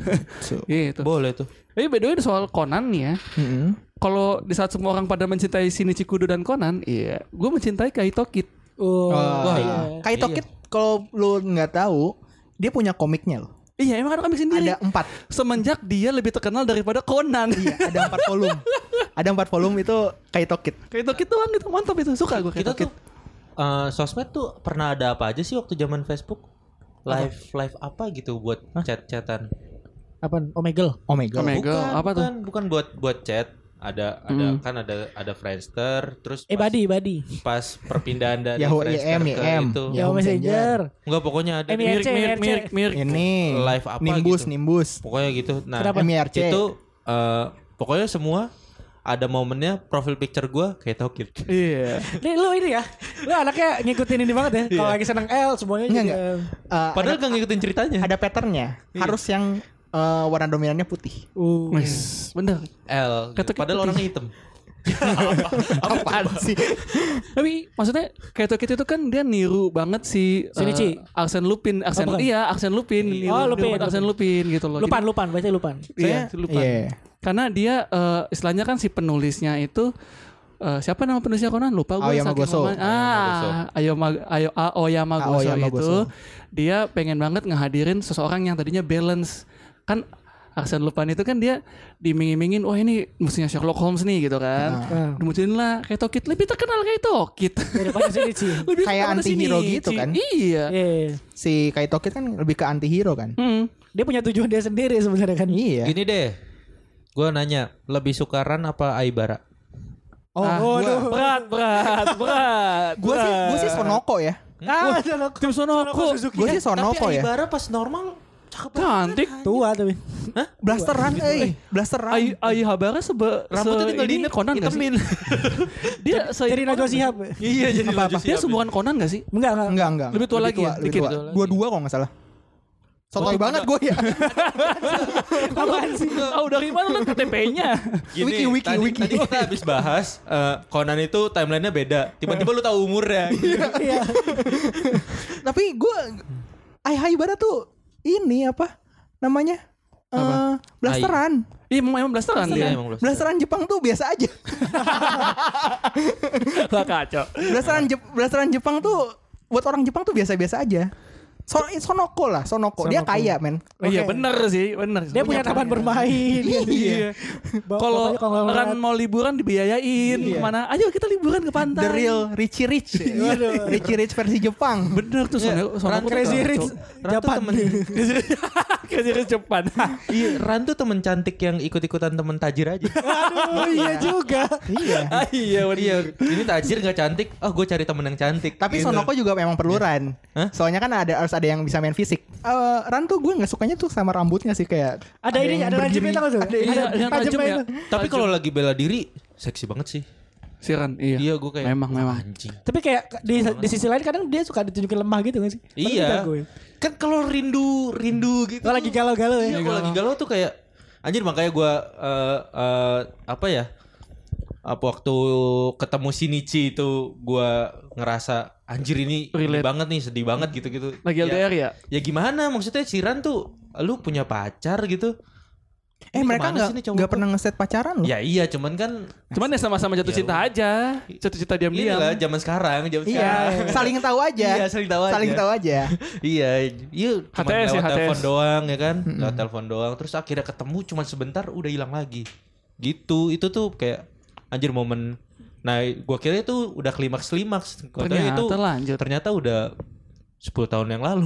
Gitu. boleh tuh. Tapi by the way soal Conan nih ya. Mm-mm. Kalau di saat semua orang pada mencintai Shinichi Kudo dan Conan, iya, gue mencintai Kaito Kid. Oh, Wah, iya. Kaito Kid kalau lu nggak tahu, dia punya komiknya loh. Iya, emang ada komik sendiri. Ada empat. Semenjak dia lebih terkenal daripada Conan. Iya, ada empat volume. Ada empat volume itu Kaito Kid. Kaito Kid doang gitu, mantap itu. Suka gue Kita Kaito Kid. tuh eh, sosmed tuh pernah ada apa aja sih waktu zaman Facebook? Live live apa gitu buat chat-chatan? Apaan? Omegle. Omega. Omega. Bukan, apa tuh? bukan, bukan buat buat chat. Ada ada kan ada ada Friendster terus Eh, pas, Buddy, Buddy. pas perpindahan dari Yahoo Friendster Y M, ke Y M. itu. Ya. Yahoo Messenger. Enggak pokoknya ada M I R C, Mirip, mirip, mirip, mirip. Ini Live apa Nimbus, gitu. Nimbus. pokoknya gitu. Nah, Kenapa? M I R C. itu eh, pokoknya semua ada momennya profil picture gue kayak Tokit. Iya. Nih lu ini ya. Lu anaknya ngikutin ini banget ya. Kalau lagi seneng L semuanya Enggak, jadi enggak. L. Eh, Padahal gak ngikutin ceritanya. ada patternnya. Harus yang eh, warna dominannya putih. Uh. Wes, bener. L. Kayak Tokit Padahal putih. orang hitam. Apaan sih? Tapi maksudnya Kaito Kid itu kan dia niru banget si eh, Shinichi. Arsene Lupin, Arsene bukan? iya Arsene Lupin, niru, Oh, niru Lupin, banget Arsene Lupin gitu loh. Lupan, Jadi- lupan, baca lupan. Iya, Saya- Lupin. Iya. Karena dia eh, istilahnya kan si penulisnya itu eh, siapa nama penulisnya Conan? Lupa gue. Aoyama saking Goso. lama- Ah, Aoyama Ayo Aoyama Goso Aoyama itu Goso. dia pengen banget ngehadirin seseorang yang tadinya balance. Kan Arsene Lupin itu kan dia dimingin-mingin, wah ini mestinya Sherlock Holmes nih gitu kan. Ah. Dimunculin lah Kaito Kid, lebih terkenal Kaito Kid. Daripada Shinichi. Lebih Kayak terkenal anti-hero Shinichi. gitu kan? Iya. Iya. Si Kaito Kid kan lebih ke anti hero kan? Hmm. Dia punya tujuan dia sendiri sebenarnya kan. Iya. Gini deh. Gue nanya, lebih sukaran apa Aibara? Oh, Ah, gua, berat, berat, berat. gua sih gua sih Sonoko ya. Ah, Sonoko. Tim Sonoko. Gua sih Sonoko Tapi ya. Aibara pas normal cakep Cantik. Tua tapi. Blasteran eh, blasteran. Ai Ai Habara sebe Rambutnya se- tinggal ini di Conan gak sih? hitemin. Dia se Jadi Najwa Shihab. Iya jadi Apa-apa? lucu sih Dia habis. seumuran Conan gak sih? Enggak, enggak. Enggak, enggak. Lebih tua lagi ya? lebih Dikit. tua. Dua-dua kalau enggak salah. Sotoy banget gue ya. Apaan sih? Tahu dari mana lu K T P-nya? Gini, Wiki, wiki, tadi, wiki. Tadi kita habis bahas uh, Conan itu timelinenya beda. Tiba-tiba lu tahu umurnya. Iya. Tapi gue Ai Haibara tuh ini apa namanya? Eh, blasteran. Iya emang emang blasteran Iya dia. emang belum. Blasteran Jepang tuh biasa aja. Lah kacau. Blasteran Jep- blasteran Jepang tuh buat orang Jepang tuh biasa-biasa aja. So, Sonoko lah, Sonoko. Dia Sonoko. kaya, men. Oh, iya Oke. bener sih, bener. Dia punya taman bermain. Iya. Kalau kan mau liburan dibiayain kemana? Ayo kita liburan ke pantai. The real Richie Rich. Waduh. Richie Rich versi Jepang. Bener tuh Sono Sono Ran- Crazy tuh Rich kacau. Ran tuh Japan. temen Crazy Rich Japan. Iya, Ran tuh temen cantik yang ikut-ikutan temen tajir aja. Aduh iya juga. Iya. Ah, iya bener. Iya, ini tajir gak cantik. Oh, gue cari temen yang cantik. Tapi Gitu. Sonoko juga memang perlu Ran. Hah? Soalnya kan ada harus ada yang bisa main fisik. Eh, Ran tuh gue nggak sukanya tuh sama rambutnya sih kayak Ada ini, yang ada berdiri. rajimnya tau tuh. Iya, yang tajam ya. Tapi kalau lagi bela diri, seksi banget sih. Siran, iya. Iya, gue kayak Memang, memang. anjing. Tapi kayak di, di sisi lain kadang dia suka ditunjukin lemah gitu gak sih? Padahal Iya. dia jago ya. Kan kalau rindu, rindu gitu. Kalau lagi galau-galau ya. Iya, kalau lagi galau tuh kayak anjir, makanya gue eh, eh, apa ya? Apa waktu ketemu Shinichi itu gue ngerasa anjir ini ini Relate. banget nih, sedih banget gitu-gitu. Lagi L D R ya? Ya gimana maksudnya si Ran tuh lu punya pacar gitu. Eh Ini mereka kemana nggak sih nih cowok nggak tuh? pernah ngeset pacaran loh. Ya iya, cuman kan Cuman ya sama-sama jatuh Ya cinta aja. Jatuh cinta diam-diam. inilah zaman sekarang, zaman Iya, sekarang. saling tahu aja. Iya, saling tahu aja. Saling tahu aja. Iya, iya cuma H T S ya, lewat H T S. telepon doang ya kan, lewat telepon doang. Terus akhirnya ketemu cuma sebentar, udah hilang lagi. Gitu, itu tuh kayak anjir momen. Nah, gua kira itu udah klimaks klimaks. Gua tahu Ternyata itu lanjut. ternyata udah sepuluh tahun yang lalu.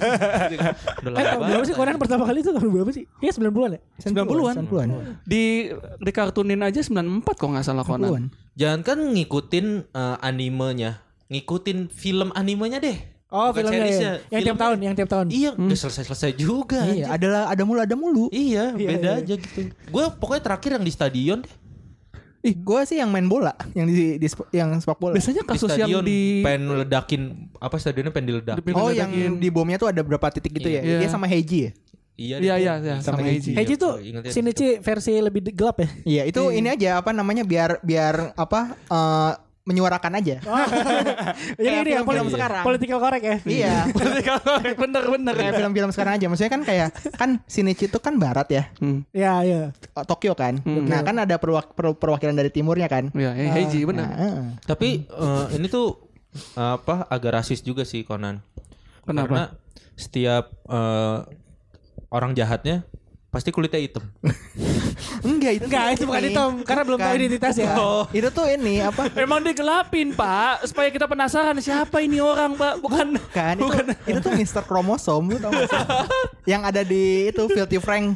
Udah Eh, lama tahun berapa banget. sih Conan pertama kali itu tahun berapa sih? Kayaknya sembilan puluhan ya? sembilan puluhan. sembilan puluhan. Di di kartunin aja sembilan puluh empat kok nggak salah sembilan puluhan. Conan. Jangan kan ngikutin eh, animenya, ngikutin film animenya deh. Oh, Bukan filmnya seriesnya, ya. Yang tiap filmnya. tahun, yang tiap tahun. Iya, udah selesai-selesai juga. Iya, anjir. adalah ada mulu ada mulu. Iya, Iya, beda iya. aja gitu. Gue pokoknya terakhir yang di stadion deh. Ih, gue sih yang main bola, yang di, di sp- yang sepak bola. Biasanya Di kasus yang stadion di pengen ledakin apa stadionnya pengen diledak. Di- Oh, Ledakin. yang di bomnya tuh ada berapa titik gitu ya? Iya. Dia sama Heiji ya? Iya, Iya, deh, iya, gua- iya, sama sama Heiji. Heiji tuh Ingatnya Shinichi versi lebih de- gelap ya? Iya, itu ini aja apa namanya biar biar apa eh, menyuarakan aja. Jadi Kayak ini ya film-film poli- sekarang. political correct ya? Iya. bener-bener. Kayak film-film sekarang aja. Maksudnya kan kayak kan Shinichi itu kan barat ya. Hmm. Iya, iya. Oh, Tokyo kan. Nah, kan ada perwak- per- perwakilan dari timurnya kan. Iya, eh, Heiji bener. Nah, heeh. Tapi eh, ini tuh apa agak rasis juga sih Conan. Kenapa? Karena setiap eh, orang jahatnya pasti kulitnya hitam. Enggak, itu Enggak, tuh itu bukan ini. hitam. Karena belum tahu Bukan. identitasnya. Bukan. Itu tuh ini apa? Emang digelapin pak, supaya kita penasaran siapa ini orang pak, bukan? Kan itu itu tuh mister Kromosom lu tau gak sih? Yang ada di itu Filthy Frank.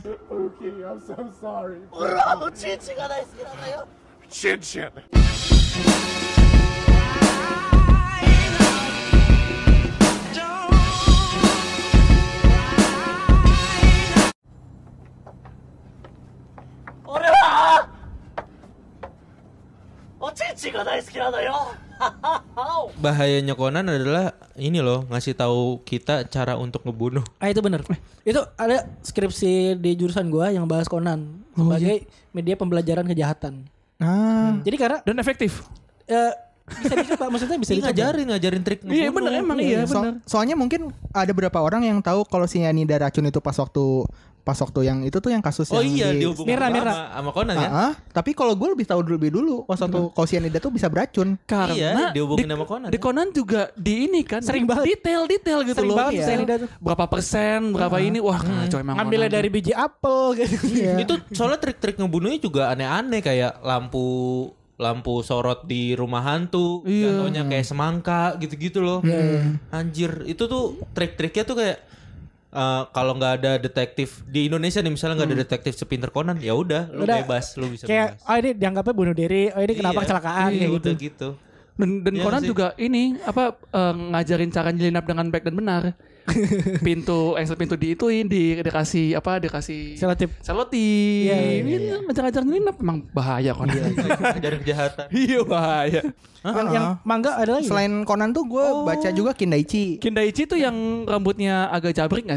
Bahayanya Conan adalah ini loh, ngasih tahu kita cara untuk ngebunuh. Ah itu bener. Itu ada skripsi di jurusan gua yang bahas Conan sebagai media pembelajaran kejahatan. Ah. Jadi karena Dan efektif. eh, bisa dicoba, maksudnya bisa Ini dicoba. ngajarin, ngajarin trik ngebunuh. Iya bener emang iya So- bener. soalnya mungkin ada beberapa orang yang tahu kalau cyanida racun itu pas waktu pas waktu yang itu tuh yang kasus Oh yang iya, di, dihubungkan Mirna, sama, Mirna. sama Conan kan? Ah, ah. Tapi kalau gue lebih tahu lebih dulu pas waktu kalau cyanida tuh bisa beracun. Karena Iya, dihubungin di, sama Conan, di kan? Conan juga di ini kan Sering di- banget. detail-detail gitu Sering loh. banget Iya. cyanida tuh. Berapa persen, berapa ini, wah kacau emang. Ambilnya Conan dari tuh. biji apel gitu. Iya. Itu soalnya trik-trik ngebunuhnya juga aneh-aneh kayak lampu lampu sorot di rumah hantu, Iya. jatuhnya kayak semangka gitu-gitu loh. Anjir, itu tuh trik-triknya tuh kayak eh, kalau nggak ada detektif di Indonesia nih misalnya nggak ada detektif sepinter Conan, ya udah lu Udah. bebas, lu bisa Kayak bebas. oh ini dianggapnya bunuh diri, oh ini kenapa Iya. kecelakaan Iya, kayak gitu. udah gitu. Dan, dan Iya Conan sih. juga ini apa eh, ngajarin cara nyelinap dengan baik dan benar. Pintu engsel pintu diituin di dikasih apa dikasih Selotip. selotip. Iya, iya, Ini ngajar-ngajar nyelinap emang bahaya Conan. Dari kejahatan. Iya bahaya. Yang, yang mangga ada lagi. Selain Conan tuh gue baca juga Kindaichi. Kindaichi tuh yang rambutnya agak jabrik gak sih?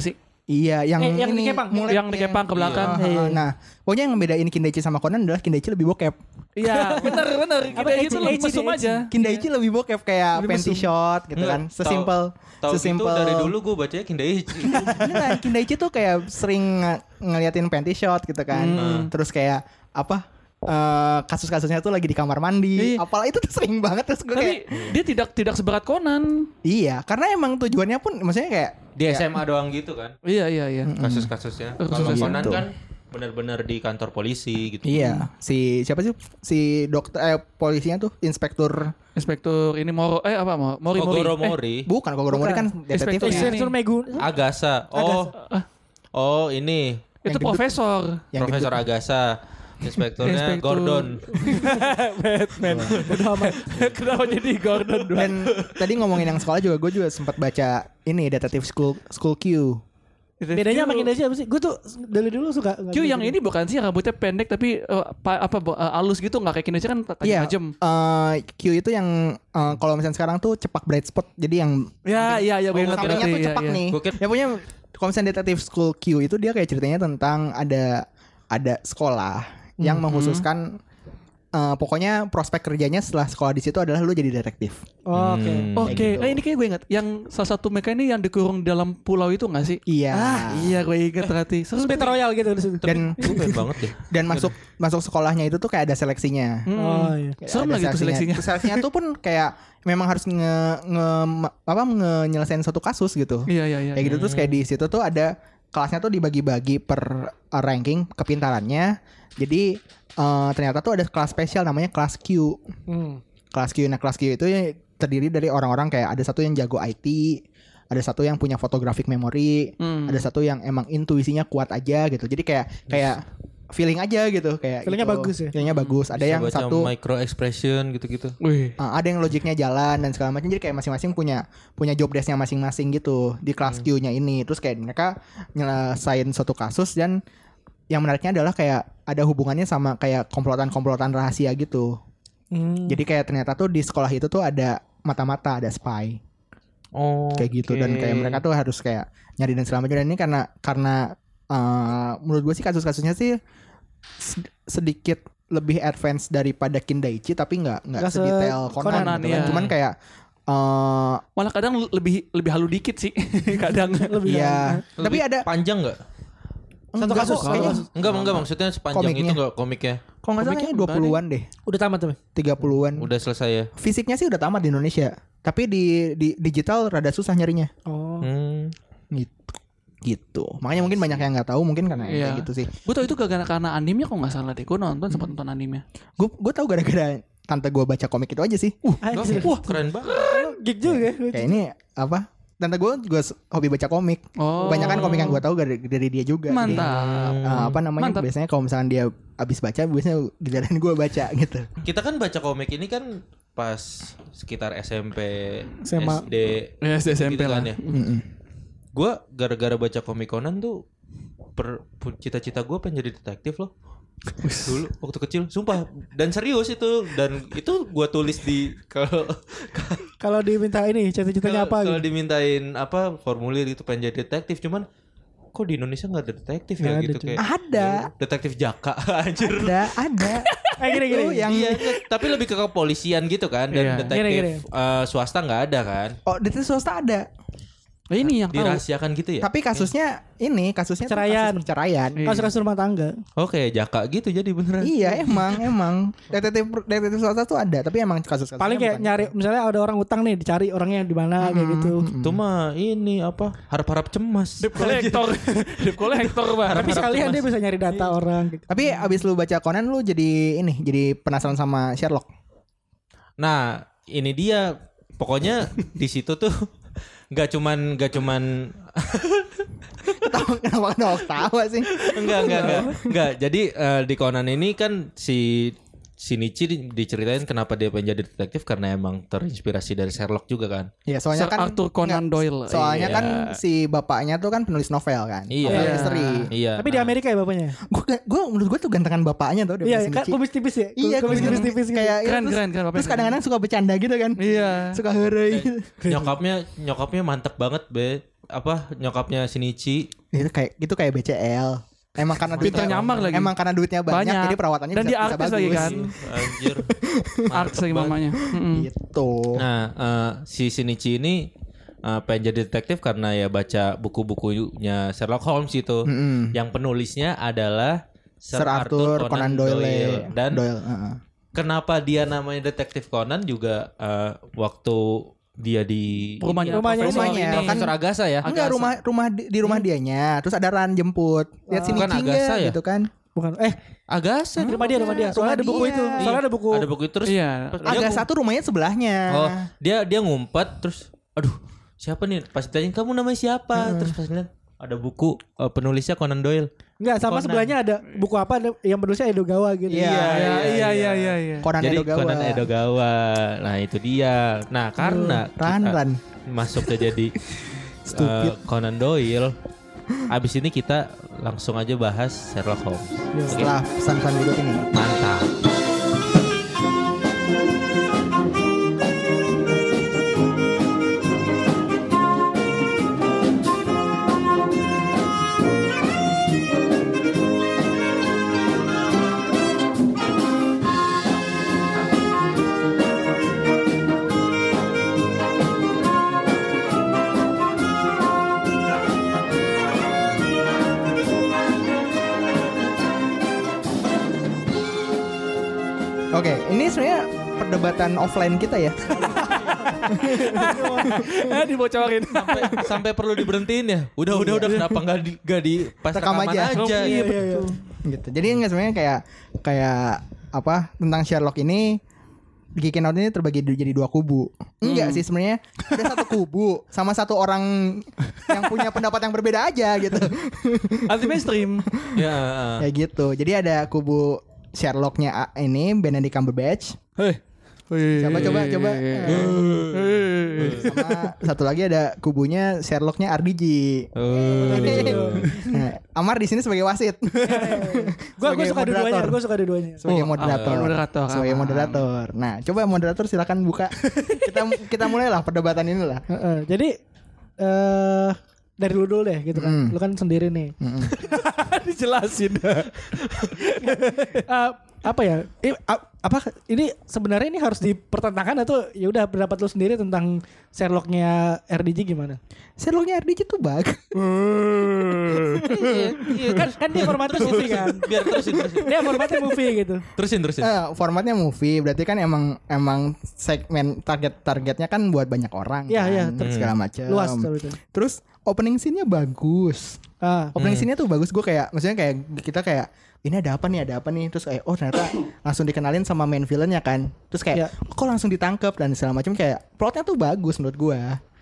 Iya, yang Eh, yang ini dikepang. mulai- Yang dikepang ke belakang. Iya. Iya, iya. Nah, pokoknya yang ngebedain Kindaichi sama Conan adalah Kindaichi lebih bokep. Iya, benar benar. Kita Apa, gitu loh, Eci, Eci, mesum Eci. aja. Kindaichi lebih bokep kayak Lebih panty mesum. shot gitu kan. Enggak, Sesimpel tahu gitu sesimpel dari dulu gue bacanya Kindaichi. Beneran, Kindaichi tuh kayak sering ng- ngeliatin panty shot gitu kan. Hmm. Terus kayak apa? eh, kasus-kasusnya tuh lagi di kamar mandi. Iya. Apalah itu tuh sering banget terus gue Tapi kayak dia tidak tidak seberat Conan. iya, karena emang tujuannya pun maksudnya kayak Di S M A doang gitu kan Iya iya iya. kasus-kasusnya. Kalau Kasus-kasusnya. Conan Gitu. kan benar-benar di kantor polisi gitu. iya, si siapa sih si dokter eh polisinya tuh inspektur Inspektur ini Moro eh apa Moro Mori Mori. Kogoro Eh, Mori. bukan Kogoro Mori kan detektif. Inspektur- Inspektur Megu. Agasa. Oh. Oh, ini itu Yang gendut. profesor. Yang Profesor Agasa. Inspekturnya Inspektur- Gordon. Batman. Kenapa jadi Gordon doang? Dan tadi ngomongin yang sekolah juga gue juga sempat baca ini detektif school school Q. Bedanya sama Kindaichi apa sih? Gue tuh dari dulu suka. Q yang ini bukan sih rambutnya pendek tapi eh, pa- apa bo- eh, halus gitu nggak kayak Kindaichi kan Iya, tajam. eh, Q itu yang eh, kalau misalnya sekarang tuh cepak bright spot. Jadi yang Ya iya iya gue Oh, ngerti, sampingnya ngerti, tuh iya, cepak iya. nih. Gua kira- Ya punya kalau misalnya detektif school Q itu dia kayak ceritanya tentang ada ada sekolah yang mengkhususkan eh, pokoknya prospek kerjanya setelah sekolah di situ adalah lu jadi detektif. Oh, oke. Hmm. Oke, Kayak gitu. eh, ini kayak gue ingat yang salah satu mereka ini yang dikurung dalam pulau itu nggak sih? Iya. Ah, iya gue ingat berarti. Seru Terus Battle Royale gitu di situ. Dan Gue pengen banget ya. dan masuk masuk sekolahnya itu tuh kayak ada seleksinya. Hmm. Oh iya. Kayak Serem ada lagi tuh seleksinya. Seleksinya tuh pun kayak memang harus nge, nge apa nyelesain suatu kasus gitu. Iya iya iya. Kayak gitu terus kayak di situ tuh ada kelasnya tuh dibagi-bagi per uh, ranking kepintarannya. Jadi uh, ternyata tuh ada kelas spesial namanya kelas Q. Hmm. Kelas Q. Nah kelas Q itu terdiri dari orang-orang kayak ada satu yang jago I T, ada satu yang punya photographic memory, Hmm. ada satu yang emang intuisinya kuat aja gitu. Jadi kayak kayak feeling aja gitu kayak Feelingnya gitu. bagus ya? Feelingnya bagus. Ada Bisa yang baca satu micro expression gitu-gitu. Wih. Uh, ada yang logiknya jalan dan segala macam, jadi kayak masing-masing punya punya job desk-nya masing-masing gitu di kelas Q-nya ini. Terus kayak mereka nyelesain suatu kasus dan yang menariknya adalah kayak ada hubungannya sama kayak komplotan-komplotan rahasia gitu. Hmm. Jadi kayak ternyata tuh di sekolah itu tuh ada mata-mata, ada spy Oh. kayak gitu. Dan kayak mereka tuh harus kayak nyari dan segala macam. Dan ini karena karena uh, menurut gue sih kasus-kasusnya sih sed- sedikit lebih advance daripada Kindaichi, tapi nggak nggak Nggak se- sedetail Conan, Conan, gitu kan. iya. Cuman kayak uh, Malah kadang lebih lebih halu dikit sih. Kadang. Lebih iya, tapi Lebih ada panjang nggak? Satu enggak kasus, kok, kayaknya Enggak, enggak maksudnya sepanjang Komiknya. itu enggak komiknya. kalau nggak salah komiknya kayaknya dua puluhan deh, udah tamat tuh. tiga puluhan. Udah selesai ya. Fisiknya sih udah tamat di Indonesia, tapi di di digital rada susah nyarinya. Oh. Hmm. Gitu. Gitu. Makanya mungkin banyak yang nggak tahu mungkin karena Iya. kayak gitu sih. Gue tau itu gara-gara karena animenya kok nggak salah deh. Gue nonton sempat nonton animenya. Gue gue tahu gara-gara tante gue baca komik itu aja sih. Uh, Anjir. Wah, keren banget. Geek juga. kayak ini apa? Tante gue juga s- hobi baca komik. Oh. Kebanyakan komik yang gue tahu dari, dari dia juga. Jadi, Mantap. uh, apa namanya? Mantap. Biasanya kalau misalnya dia abis baca, biasanya giliran gue baca gitu. Kita kan baca komik ini kan pas sekitar S M P, S M A. S D, Ya, S D, S M P gitu lah. kan ya. Mm-mm. Gua gara-gara baca komik Conan tuh per, pu- cita-cita gue pengen jadi detektif loh. Dulu waktu kecil, sumpah, dan serius itu, dan itu gua tulis di kalau Kalau diminta ini cita-citanya apa kalau gitu. dimintain apa formulir itu pengen jadi detektif, cuman kok di Indonesia nggak ada detektif ya Nggak ada, gitu cuy. kayak Ada. detektif Jaka anjir. Ada, ada. Eh gini gini. Itu yang Iya, iya, tapi lebih ke kepolisian gitu kan, dan Iya. detektif Gini, gini. eh, swasta nggak ada kan, Oh, detektif swasta ada. Nah, ini yang tahu. dirahasiakan gitu ya. Tapi kasusnya ini kasusnya tuh Perceraian. kasus perceraian. Iya. Kasus-kasus rumah tangga. Oke, Jaka gitu jadi beneran. Iya, emang emang detektif detektif swasta tuh ada, tapi emang kasus-kasusnya Paling kayak bukan- nyari misalnya ada orang utang nih dicari orangnya di mana kayak gitu. Itu mah ini apa? Harap-harap cemas. Debt collector. Debt collector, Bang. Tapi sekalian dia bisa nyari data orang gitu. Tapi abis lu baca Conan lu jadi ini, jadi penasaran sama Sherlock. Nah, ini dia. Pokoknya di situ tuh nggak cuman nggak cuman Ketawa kenapa ketawa ketawa sih? enggak enggak enggak enggak. Jadi eh, di Conan ini kan si Shinichi di- diceritain kenapa dia pengen jadi detektif karena emang terinspirasi dari Sherlock juga kan. Iya, soalnya Sir kan Arthur Conan nggak, Doyle. Soalnya Iya. kan si bapaknya tuh kan penulis novel kan. Iya. Novel Iya. misteri. Iya. Tapi di nah, Amerika ya bapaknya. Gue gue menurut gue tuh gantengan bapaknya tuh Iya kan kumis tipis ya. Iya, kumis kumis tipis tipis gitu. kayak iya, Keren, terus, keren, keren, bapaknya terus kadang-kadang suka bercanda gitu kan. Iya. Suka heureuy gitu. nyokapnya nyokapnya mantep banget be. Apa nyokapnya Shinichi Itu kayak itu kayak B C L. Emang karena Pintar duitnya nyamar lagi. Emang karena duitnya banyak, Banyak. jadi perawatannya Dan bisa, dia bisa artis bagus. lagi kan. Anjir. Artis lagi mamanya. Mm-mm. Gitu. Nah, eh, si Shinichi ini eh, pengen jadi detektif karena ya baca buku-bukunya Sherlock Holmes itu. Mm-mm. Yang penulisnya adalah Sir Arthur Conan Doyle. Dan Doyle, uh-uh. kenapa dia namanya detektif Conan juga eh, waktu dia di Rumahnya Rumahnya Profesor ini. ini. Profesor Agatha ya. Enggak, Agasa. rumah rumah di, di rumah dianya, terus ada Ran jemput. Lihat sini Bukan Cing Agatha ya, ya? gitu kan. Bukan. Eh, Agatha. rumah dia, rumah dia. Soalnya ada Rumah buku dia. itu. Soalnya ada buku. Ada buku itu terus. Iya. Dia Agatha ngum- tuh rumahnya sebelahnya. Oh, dia dia ngumpet terus aduh, siapa nih? Pas ditanya kamu namanya siapa? Terus pas lihat ada buku eh, penulisnya Conan Doyle. Enggak, sama Conan. sebelahnya ada buku apa ada- yang penulisnya Edogawa gitu. Iya, Iya, iya, iya, iya, iya, iya. Conan Jadi Edogawa. Conan Edogawa. Nah, itu dia. Nah, karena Ran kita Ran. masuk ke jadi Stupid. eh, Conan Doyle. Abis ini kita langsung aja bahas Sherlock Holmes. Oke, Setelah pesan-pesan berikut ini. mantap. Oke, ini sebenarnya perdebatan offline kita ya. Eh dibocorin. sampai sampai perlu diberhentiin ya. Udah udah udah kenapa nggak di nggak di pas Rekam rekaman aja. aja. Iya, iya, iya. Gitu. Jadi enggak sebenarnya kayak kayak apa tentang Sherlock ini Geekin Out ini terbagi jadi dua kubu. Enggak sih sebenarnya ada satu kubu sama satu orang yang punya pendapat yang berbeda aja gitu. Anti mainstream. Ya. Kayak gitu. Jadi ada kubu Sherlocknya A- ini Benedict Cumberbatch. Hei. Coba coba coba. Eh, sama satu lagi ada kubunya Sherlocknya R D G. Oh. Nah, Amar di sini sebagai wasit. Gua gua Sebagai suka dua-duanya, moderator. gua suka dua-duanya. Sebagai Oh, moderator. ah, moderator, Sebagai aman. moderator. Nah, coba moderator silakan buka. kita kita mulailah perdebatan ini lah. Heeh. Jadi eh dari lu dulu deh gitu kan. Mm. Lu kan sendiri nih. Dijelasin. Eh, apa ya? I- a- apa ini sebenarnya ini harus dipertentangkan atau ya udah pendapat lu sendiri tentang Sherlocknya R D G gimana? Sherlocknya R D G tuh bagus. kan kan dia formatnya movie kan. Biar terusin terusin. Dia formatnya movie gitu. Terusin terusin. Eh, formatnya movie, berarti kan emang emang segmen target targetnya kan buat banyak orang. Iya, kan, iya, terus segala macam. Luas tapi itu. Terus opening scene-nya bagus. Ah, Opening scene-nya tuh bagus. Gue kayak maksudnya kayak kita kayak ini ada apa nih, ada apa nih. Terus kayak oh ternyata langsung dikenalin sama main villain-nya kan. Terus kayak Iya. kok langsung ditangkap dan segala macam, kayak plotnya tuh bagus menurut gue.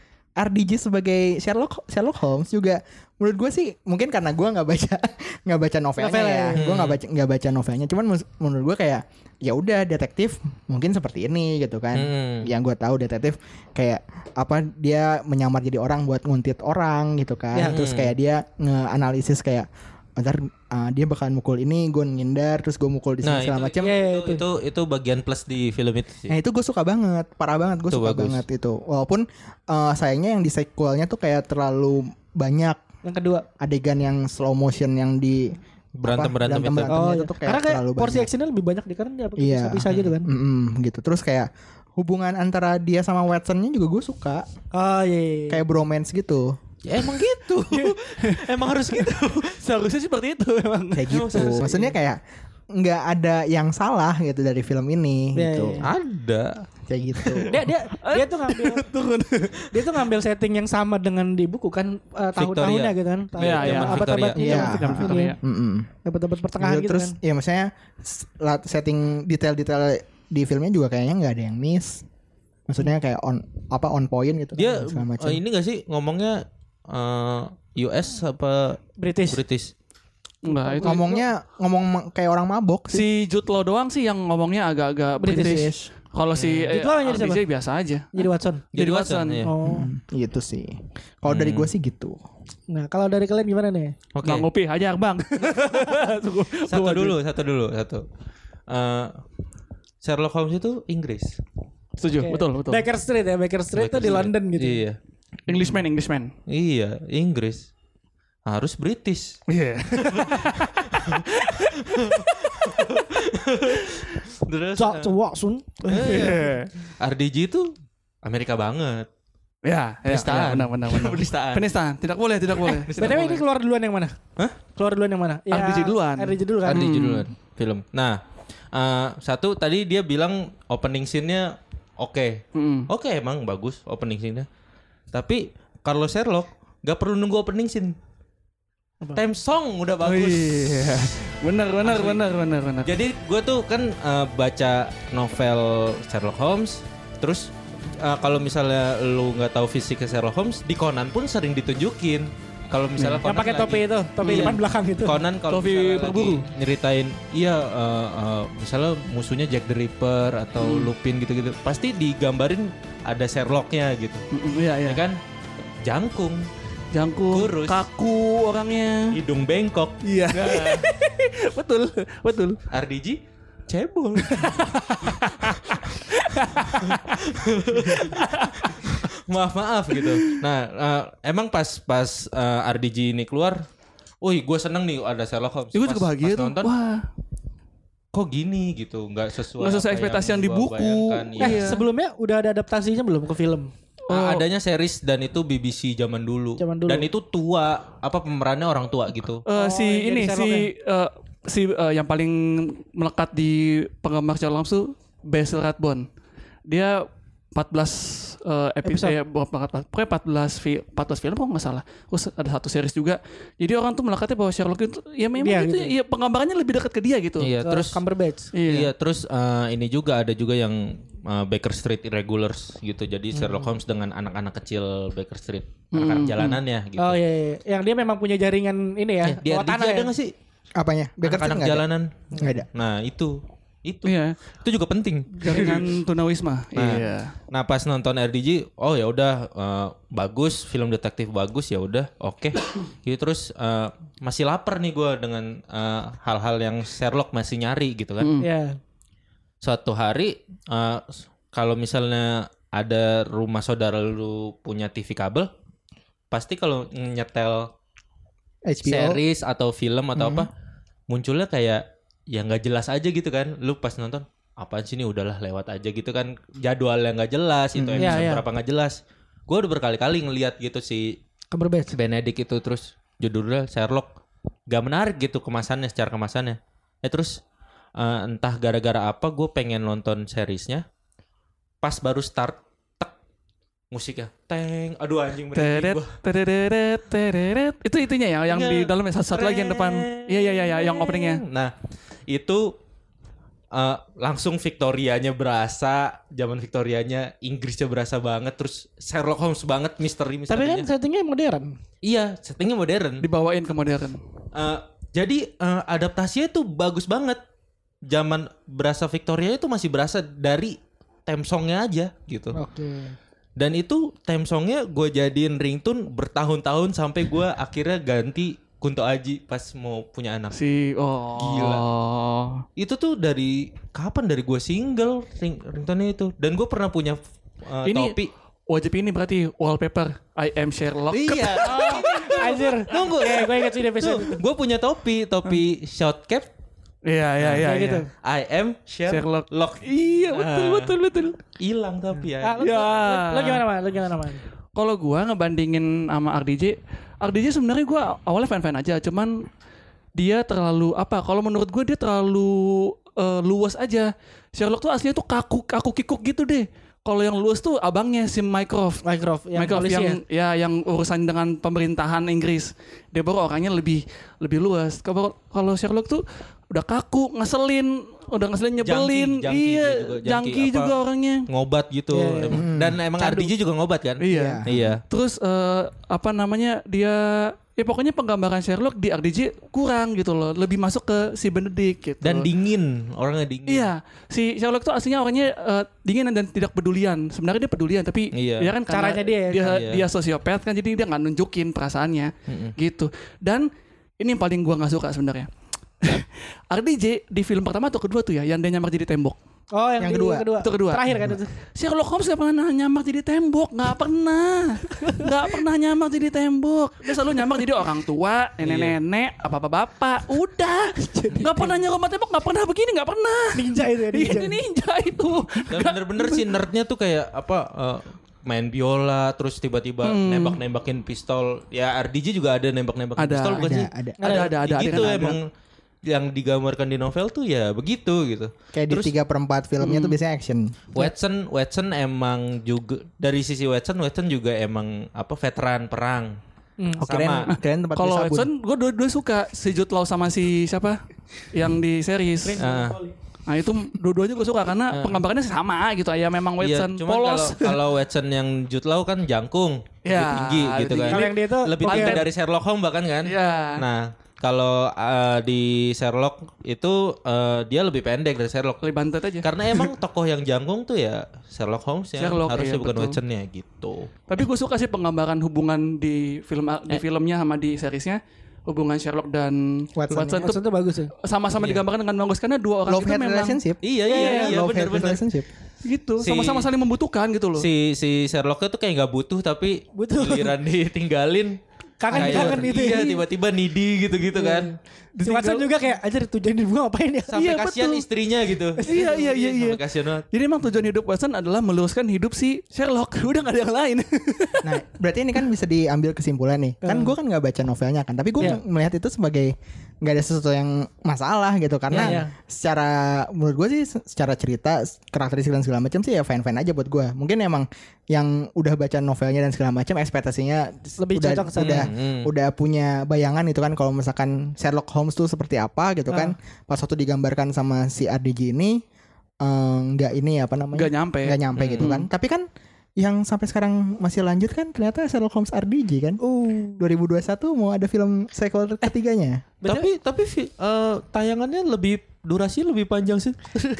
R D G sebagai Sherlock Sherlock Holmes juga menurut gue sih mungkin karena gue nggak baca nggak baca novelnya Novelnya, ya, hmm. gue nggak baca nggak baca novelnya, cuman mus- menurut gue kayak ya udah detektif mungkin seperti ini gitu kan. Hmm. Yang gue tahu detektif kayak apa, dia menyamar jadi orang buat nguntit orang gitu kan. Ya. Terus kayak dia nge-analisis kayak ntar uh, dia bakalan mukul ini, gue ngindar, terus gue mukul di sini Nah, segala itu, macam. Iya, iya, itu, itu itu bagian plus di film itu sih. Nah itu gue suka banget, parah banget, gue Itu suka bagus. banget itu. Walaupun uh, sayangnya yang di sequelnya tuh kayak terlalu banyak yang kedua. adegan yang slow motion yang di Berantem-berantem itu. berantemnya Oh, itu iya. tuh kayak Karena kayak terlalu porsi banyak. actionnya lebih banyak di karena dia Iya. bisa gitu kan. Mm-mm, gitu. Terus kayak hubungan antara dia sama Watsonnya juga gue suka, Oh iya. iya, iya. kayak bromance gitu, Ya, emang gitu. Emang harus gitu. Seharusnya seperti itu memang. kayak gitu. Maksudnya kayak nggak ada yang salah gitu dari film ini Iya, gitu, iya. Ada. kayak gitu. dia dia dia tuh ngambil dia tuh ngambil setting yang sama dengan di buku kan eh, tahun-tahunnya gitu kan. Tahun- Iya, iya. abad-abad Victoria. ini, Iya. zaman Zaman Victoria. Victoria. Mm-mm. Abad-abad pertengahan gitu, Terus kan. ya maksudnya s- lat- setting detail-detail di filmnya juga kayaknya nggak ada yang miss. Maksudnya kayak on apa on point gitu Dia kan, segala macam. eh, ini gak sih ngomongnya eh, U S apa British. British? Enggak, itu ngomongnya ngomong ma- kayak orang mabok sih. si Jude Law doang sih yang ngomongnya agak-agak British. British. Kalau si eh, Jude Law yang jadi R D J siapa? biasa aja. Jadi Watson. Jadi Watson. iya. Oh. Gitu sih. Kalau dari gue sih gitu. Nah, kalau dari kalian gimana nih? Oke. Bang Ngopi hajar bang. Satu dulu, satu dulu, satu. Eh, Sherlock Holmes itu Inggris. Setuju, Oke. betul betul. Baker Street ya, Baker Street itu di Baker London gitu. Iya. Englishman Englishman. Iya, Inggris. harus British. Iya. Terus Cak cowok sun. eh, R D G itu Amerika banget. Ya, ya, Penistaan. benar, benar, benar. Penistaan. Penistaan, tidak boleh, tidak boleh. B T W ini keluar duluan yang mana? Hah? Keluar duluan yang mana? R D G duluan. R D G dulu kan. R D G duluan film. Nah, eh, satu tadi dia bilang opening scene-nya oke. Mm. Oke, emang bagus opening scene-nya. Tapi kalau Sherlock gak perlu nunggu opening scene. Theme song udah Oh bagus. iya. Benar, benar, Asli. benar, benar, benar. Jadi gue tuh kan eh, baca novel Sherlock Holmes, terus eh, kalau misalnya lu nggak tahu fisik Sherlock Holmes, di Conan pun sering ditunjukin. Kalau misalnya Yang Conan pakai topi lagi- itu, topi Iya. depan belakang itu. Conan kalau Topi misalnya berburu. lagi nyeritain, iya eh, eh, misalnya musuhnya Jack the Ripper atau Lupin gitu-gitu, pasti digambarin ada Sherlocknya gitu, Mm, Iya, iya. ya kan? Jangkung, Jangkung, Kurus. kaku orangnya. hidung bengkok, Iya. betul, betul. R D G cebol. maaf maaf gitu. Nah eh, emang pas pas eh, R D G ini keluar, wih gue seneng nih ada Sherlock Holmes. Ya, gue Pas- juga bahagia pas tuh. nonton, Wah, kok gini gitu, nggak sesuai. Nggak sesuai apa ekspektasi yang di gua buku. bayangkan. Eh, Iya. sebelumnya udah ada adaptasinya belum ke film? Ah, adanya series dan itu B B C zaman dulu. Zaman dulu. Dan itu tua, apa pemerannya orang tua gitu. Eh, si Oh, ini jadi si eh, si eh, yang paling melekat di penggemar Sherlock Holmes tuh Basil Rathbone. Dia empat belas eh, episode, Episode. eh, bukan empat belas, pokoknya empat belas, fi- empat belas film kok nggak salah. Terus ada satu series juga. Jadi orang tuh melekatnya bahwa Sherlock itu ya memang Dia itu gitu. ya penggambarannya lebih dekat ke dia gitu. Iya, Ke terus Cumberbatch. iya, terus eh, ini juga ada juga yang eh, Baker Street Irregulars gitu. Jadi Sherlock Holmes dengan anak-anak kecil Baker Street, anak-anak jalanannya gitu. Oh iya, iya, yang dia memang punya jaringan ini ya. Eh, di R D G bawah tanah ada ya? nggak sih Apanya? Baker Street anak-anak nggak ada? jalanan? Nggak ada. Nah itu, itu, Iya. itu juga penting. Jaringan tunawisma. Nah, Iya. nah pas nonton R D G, oh ya udah eh, bagus, film detektif bagus ya udah, oke. Gitu terus eh, masih lapar nih gue dengan eh, hal-hal yang Sherlock masih nyari gitu kan. Iya. Suatu hari eh, kalau misalnya ada rumah saudara lu punya T V kabel, pasti kalau nyetel H B O. series atau film atau apa, munculnya kayak ya nggak jelas aja gitu kan. Lu pas nonton apaan sih ini, udahlah lewat aja gitu kan, jadwalnya nggak jelas, itu Hmm. episode Iya, iya. berapa nggak jelas. Gue udah berkali-kali ngeliat gitu si Cumberbatch. Benedict itu, terus judulnya Sherlock, gak menarik gitu kemasannya, secara kemasannya. Ya terus eh, entah gara-gara apa gue pengen nonton seriesnya, pas baru start tek musiknya teng, aduh anjing Teret, merinding gua. tereret, tereret. Itu itunya ya, yang di Enggak. dalam satu, satu lagi yang depan. Iya iya iya, iya, yang openingnya. Nah itu eh, langsung Victorianya berasa, zaman Victorianya Inggrisnya berasa banget, terus Sherlock Holmes banget, misteri Tapi kan misterinya. settingnya modern. Iya, settingnya modern. Dibawain ke modern. Eh, jadi eh, adaptasinya tuh bagus banget. Zaman berasa Victoria itu masih berasa dari theme songnya aja gitu. Oke. Dan itu theme songnya gue jadiin ringtone bertahun-tahun sampai gue akhirnya ganti Kunto Aji pas mau punya anak. Si oh Gila. Itu tuh dari kapan, dari gue single ring ringtone itu. Dan gue pernah punya eh, Ini topi. wajib ini berarti wallpaper I am Sherlock. Iya. Anjir. Tunggu. Eh, gue ingat sih di episode itu. Gue punya topi, topi short cap. Iya iya iya. Kayak iya. gitu. I am Sherlock. Sherlock. Iya betul Ah. betul betul. Hilang tapi Ah, ya. lu, Ya. lu, lu gimana man? Lu gimana man? Kalau gua ngebandingin sama R D J, R D J sebenarnya gua awalnya fan-fan aja, cuman dia terlalu apa? Kalau menurut gua dia terlalu eh, luas aja. Sherlock tuh aslinya tuh kaku kaku kikuk gitu deh. Kalau yang luas tuh abangnya si Mycroft. Mycroft yang Mycroft polisi yang ya yang urusan dengan pemerintahan Inggris. Dia baru orangnya lebih lebih luas. Kalau kalau Sherlock tuh udah kaku, ngeselin, udah ngeselin nyebelin. Junkie, junkie iya, dia juga, junkie junkie apa, juga orangnya. Ngobat gitu. Iya, iya. Dan emang R D J juga ngobat kan? Iya. Iya. Terus eh, apa namanya dia ya pokoknya penggambaran Sherlock di R D J kurang gitu loh, lebih masuk ke si Benedict gitu. Dan dingin, orangnya dingin. Iya, si Sherlock tuh aslinya orangnya eh, dingin dan tidak pedulian. Sebenarnya dia pedulian tapi Iya. dia kan karena Caranya dia ya. dia, Iya. dia sosiopat kan, jadi dia nggak nunjukin perasaannya gitu. Dan ini yang paling gua nggak suka sebenarnya. R D J di film pertama atau kedua tuh ya yang dia nyamar jadi tembok. Oh yang, Yang di- kedua. kedua. Itu kedua. Terakhir kan itu. Sherlock Holmes gak pernah nyamak jadi tembok, gak pernah, gak pernah nyamak jadi tembok. Dia selalu nyamak jadi orang tua, nenek-nenek, apa-apa bapak. Udah, gak pernah nyamak tembok, gak pernah begini, gak pernah. Ninja itu ya ninja. Ini ninja itu. Dan bener-bener sih nerdnya tuh kayak apa eh, main biola terus tiba-tiba nembak-nembakin pistol. Ya R D J juga ada nembak-nembakin Ada, pistol bukan ada, sih? ada. Ada, ada, ada. Gitu adegan ada. emang yang digambarkan di novel tuh ya begitu gitu. Kayak Terus di tiga per empat filmnya tuh biasanya action. Watson Watson emang juga dari sisi Watson Watson juga emang apa veteran perang. Oh, Sama. kirain, kirain tempat Kalau beli sabun. Watson, gue dua-dua suka si Jude Law sama si siapa yang di series. Ah. Nah itu dua-duanya gue suka karena penggambarannya sama gitu ya memang Iya, Watson cuman kalau polos. kalau Watson yang Jude Law kan jangkung, lebih Ya, tinggi gitu lebih kan. Kalau yang dia tuh lebih tinggi dari Sherlock Holmes bahkan kan. Iya. Nah, kalau uh, di Sherlock itu uh, dia lebih pendek dari Sherlock. Lebih bantet aja. Karena emang tokoh yang jangkung tuh ya Sherlock Holmes ya, Sherlock, harusnya iya, bukan betul. Watson-nya gitu. Tapi gue suka sih penggambaran hubungan di film Eh. di filmnya sama di seriesnya. Hubungan Sherlock dan Watson. Watson, tuh Maksudnya bagus ya. sama-sama digambarkan dengan bagus karena dua orang Love itu hate memang relationship. Iya iya iya Love hate benar-benar. relationship. gitu, Si- sama-sama saling membutuhkan gitu loh. Si si Sherlocknya tuh kayak nggak butuh tapi Butuh. giliran ditinggalin. Kangen kayak- kangen gitu ya. Iya tiba-tiba needy gitu-gitu kan. Si Watson juga kayak ajar tujuan gue ngapain ya? Sampai Iya, kasihan betul. istrinya gitu. Iya, iya, iya, iya. Sampai kasihan banget. Jadi emang tujuan hidup Watson adalah meluruskan hidup si Sherlock. Udah gak ada yang lain. Nah, berarti ini kan bisa diambil kesimpulan nih. Kan gue kan nggak baca novelnya kan, tapi gue Iya. melihat itu sebagai nggak ada sesuatu yang masalah gitu karena Iya, iya. secara menurut gue sih secara cerita karakteristik dan segala macam sih ya fine fine aja buat gue. Mungkin emang yang udah baca novelnya dan segala macam ekspektasinya Lebih udah cocok sama- udah, Hmm. udah punya bayangan itu kan kalau misalkan Sherlock Holmes tuh seperti apa gitu kan. Pas waktu digambarkan sama si R D J ini eh, nggak ini apa namanya? Gak nyampe. nggak nyampe gitu kan. Tapi kan yang sampai sekarang masih lanjut kan ternyata Sherlock Holmes R D J kan. Uh. dua ribu dua puluh satu mau ada film sequel ketiganya. Tapi tapi fi- eh, tayangannya lebih durasi lebih panjang sih.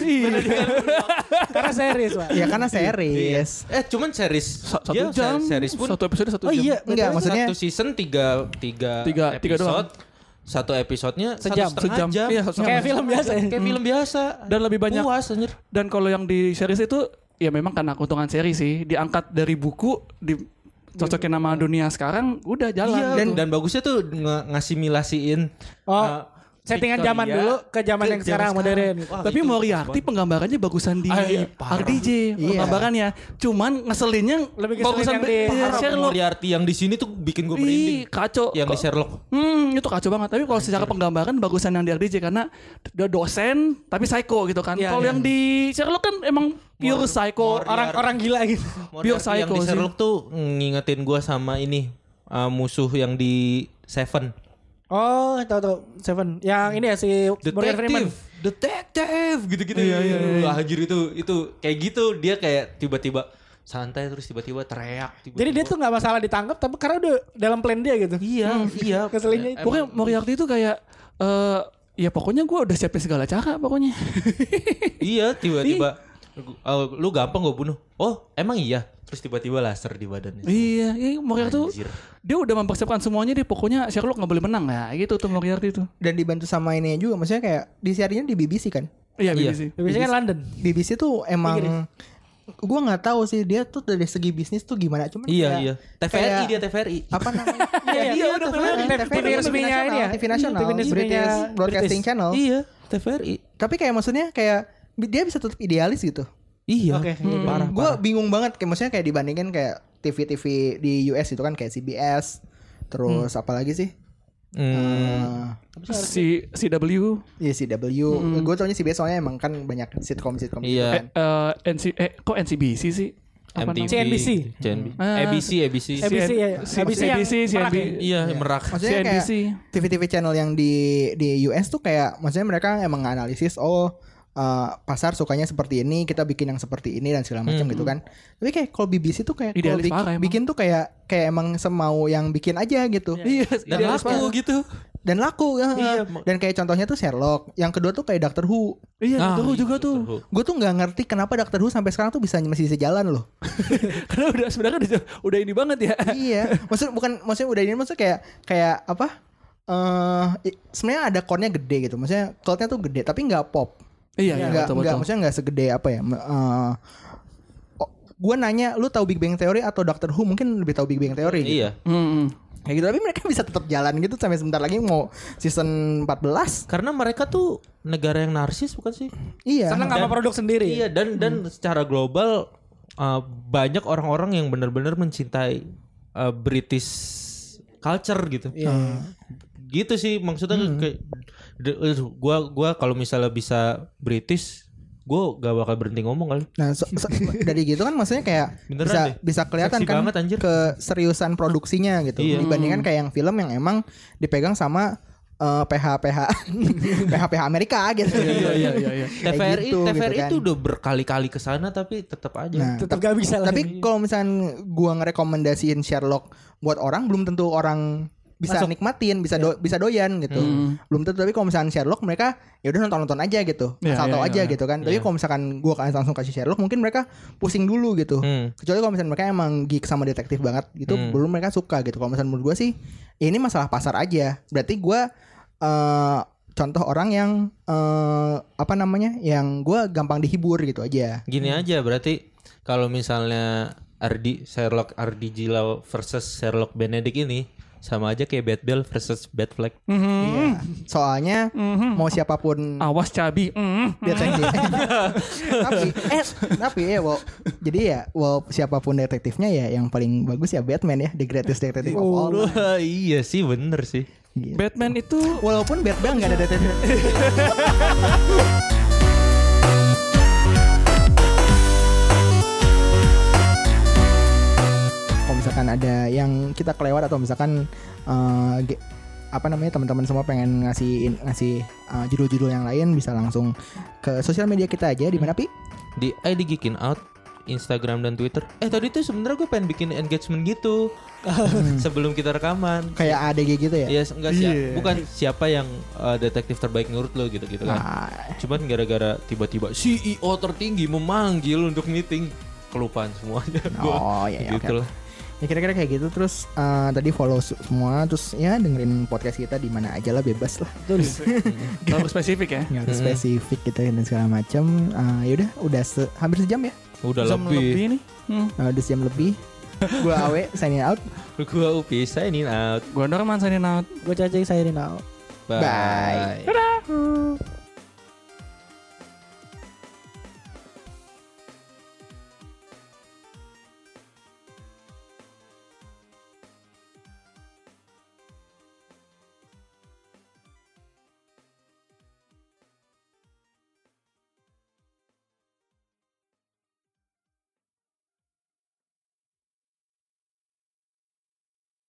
Karena series, Pak. Ya karena series. Eh cuman series Sa- Satu dia jam. series pun Satu episode satu Oh jam. iya, Enggak, betul. maksudnya satu season tiga tiga, Tiga- tiga episode. Satu episodenya Sejam. satu setengah Sejam. jam. Iya, satu Kayak setengah film biasa ya. Kayak film biasa. Dan lebih banyak. Puas anjir. Dan kalau yang di series itu ya memang karena keuntungan seri sih, diangkat dari buku, di cocokin nama dunia sekarang, udah jalan. Iya, dan dan bagusnya tuh nge- ngasimilasiin Oh, eh, settingan Victoria zaman dulu ke zaman ke yang zaman sekarang modern. Wah, Tapi itu Moriarty penggambarannya bagusan di Ay, R D J Iya. penggambarannya. Cuman ngeselinnya Lebih ngeselin bagusan yang di be- Parah, Sherlock. Moriarty yang di sini tuh bikin gue Ih, merinding. kacau. Yang di Kok- Sherlock. Hmm, itu kacau banget. Tapi kalau secara penggambaran bagusan yang di R D J karena dia dosen tapi psycho gitu kan. Iya, Kalau iya. yang di Sherlock kan emang pure psycho. Moriarty. Orang-orang gila gitu. Pure Moriarty yang psycho di sih. Sherlock tuh ngingetin gue sama ini uh, musuh yang di Seven. Oh, tahu tahu Seven. Yang ini ya si Morgan Freeman. Detektif, detektif gitu-gitu. Iya, iya, iya. Anjir itu itu kayak gitu dia kayak tiba-tiba santai terus tiba-tiba teriak. Tiba-tiba. Jadi dia tuh nggak masalah ditangkap, tapi karena udah dalam plan dia gitu. iya, iya. Keselinnya itu. Pokoknya Moriarty itu kayak eh ya pokoknya gue udah siapin segala cara pokoknya. Iya, tiba-tiba "Oh, lu gampang gue bunuh. Oh, emang iya. Terus tiba-tiba laser di badannya. Iya, iya Moriarty tuh Anjir. dia udah mempersiapkan semuanya deh. Pokoknya Sherlock nggak boleh menang ya gitu tuh Moriarty itu. Dan dibantu sama ini juga maksudnya kayak di serinya di B B C kan. Iya, Iya. B B C. Biasanya kan London. B B C tuh emang gue nggak tahu sih dia tuh dari segi bisnis tuh gimana cuman Iya, kayak- iya. T V R I kayak- dia T V R I. apa namanya? Iya, iya, udah T V R I. T V resminya ini ya. T V nasional, T V resminya British Broadcasting British. Channel. Iya, T V R I. Tapi kayak maksudnya kayak dia bisa tetap idealis gitu. Iya. Oke, iya, Parah. Gue bingung banget kayak maksudnya kayak dibandingin kayak T V T V di U S itu kan kayak C B S, terus apa lagi sih? Hmm. Eh, Si C W Iya C W. Gue taunya C B S soalnya emang kan banyak sitcom sitcom Iya. eh N C eh kok N C B C sih? Apa M T V, C N B C. C N B C. Ah. A B C, A B C. A B C ya. C A B C yang N B C, C N merak B ya? Iya, merak. Maksudnya C N B C. kayak T V T V channel yang di di U S tuh kayak maksudnya mereka emang analisis oh eh, pasar sukanya seperti ini kita bikin yang seperti ini dan segala macam gitu kan. Tapi kayak kalau B B C tuh kayak kalau Idealis bikin, parah emang. bikin tuh kayak kayak emang semau yang bikin aja gitu. Iya, Dan idealis laku banget. gitu. Dan laku ya. Iya. Dan kayak contohnya tuh Sherlock. Yang kedua tuh kayak Doctor Who. Iya, Nah, Doctor Who juga tuh. Gue tuh nggak ngerti kenapa Doctor Who sampai sekarang tuh bisa masih bisa jalan loh. Karena udah sebenarnya udah, udah ini banget ya. Iya, maksud bukan maksudnya udah ini maksudnya kayak kayak apa? Eh i- sebenarnya ada core-nya gede gitu. Maksudnya cultnya tuh gede tapi nggak pop. Iya, iya, Nggak, betul, nggak, betul. maksudnya nggak segede apa ya? Uh, oh, gue nanya, lu tahu Big Bang Theory atau Doctor Who? Mungkin lebih tahu Big Bang Theory. Gitu. Iya. Hmm. Kayak gitu, tapi mereka bisa tetap jalan gitu sampai sebentar lagi mau season empat belas. Karena mereka tuh negara yang narsis bukan sih? Iya. Seneng sama produk sendiri. Iya dan dan secara global uh, banyak orang-orang yang benar-benar mencintai uh, British culture gitu. Iya. Gitu sih maksudnya kayak de- eh, gua gua kalau misalnya bisa British, gua gak bakal berhenti ngomong kali. Nah, so- so- dari gitu kan maksudnya kayak Beneran bisa deh. bisa kelihatan Seksi kan banget, anjir. keseriusan produksinya gitu. Iya. Dibandingkan kayak yang film yang emang dipegang sama eh, P H P H P H P H Amerika gitu. Iya, iya, iya, iya. T V R I gitu, T V R I gitu kan. itu udah berkali-kali ke sana tapi tetap aja. Nah, Tetap gak bisa lah. tapi kalau misalnya gua ngerekomendasiin Sherlock buat orang, belum tentu orang bisa Masuk. nikmatin, bisa do- bisa doyan gitu. Hmm. Belum tentu, tapi kalau misalnya Sherlock mereka ya udah nonton-nonton aja gitu. Iya, Asal iya, tahu iya, aja iya. gitu kan. Tapi kalau misalkan gua kan langsung kasih Sherlock, mungkin mereka pusing dulu gitu. Hmm. Kecuali kalau misalnya mereka emang geek sama detektif banget gitu, Hmm. belum mereka suka gitu. Kalau misalnya menurut gua sih ini masalah pasar aja. Berarti gua eh, contoh orang yang eh, apa namanya? Yang gua gampang dihibur gitu aja. Gini aja berarti kalau misalnya Ardi Sherlock Ardi Gila versus Sherlock Benedict ini sama aja kayak Bad Bell versus Bad Flag. Iya. Soalnya mau siapapun Awas cabi. Hmm. detektif. tapi eh tapi ya wow. Jadi ya wow siapapun detektifnya ya yang paling bagus ya Batman ya, the greatest detective of all. time. Wah, iya sih bener sih. Gitu. Batman itu Walaupun Batman nggak ada detektif. Kalau misalkan ada yang kita kelewat atau misalkan eh, ge- apa namanya teman-teman semua pengen ngasih ngasih eh, judul-judul yang lain, bisa langsung ke sosial media kita aja di mana Pi? Di I D Geekin Out, Instagram dan Twitter. Eh tadi tuh sebenarnya gue pengen bikin engagement gitu sebelum kita rekaman. Kayak A D G gitu ya? Iya enggak sih. Iya. Bukan siapa yang uh, detektif terbaik menurut lo gitu-gitu kan. Ah, Cuman gara-gara tiba-tiba C E O tertinggi memanggil untuk meeting, kelupaan semuanya. Gua oh ya, ya oke. gitu lah. Ya kira-kira kayak gitu. Terus eh, tadi follow su- semua, terus ya dengerin podcast kita di mana aja lah, bebas lah. terlalu spesifik ya. Nggak harus spesifik gitu dan segala macam. Eh, yaudah, udah se- hampir sejam ya. Udah Jam lebih. nih. Hmm. Eh, udah sejam lebih. Gua Awe signing out. Gua Upi signing out. Gua Norman signing out. Gue cacing saya out. Bye. Bye. Dadah.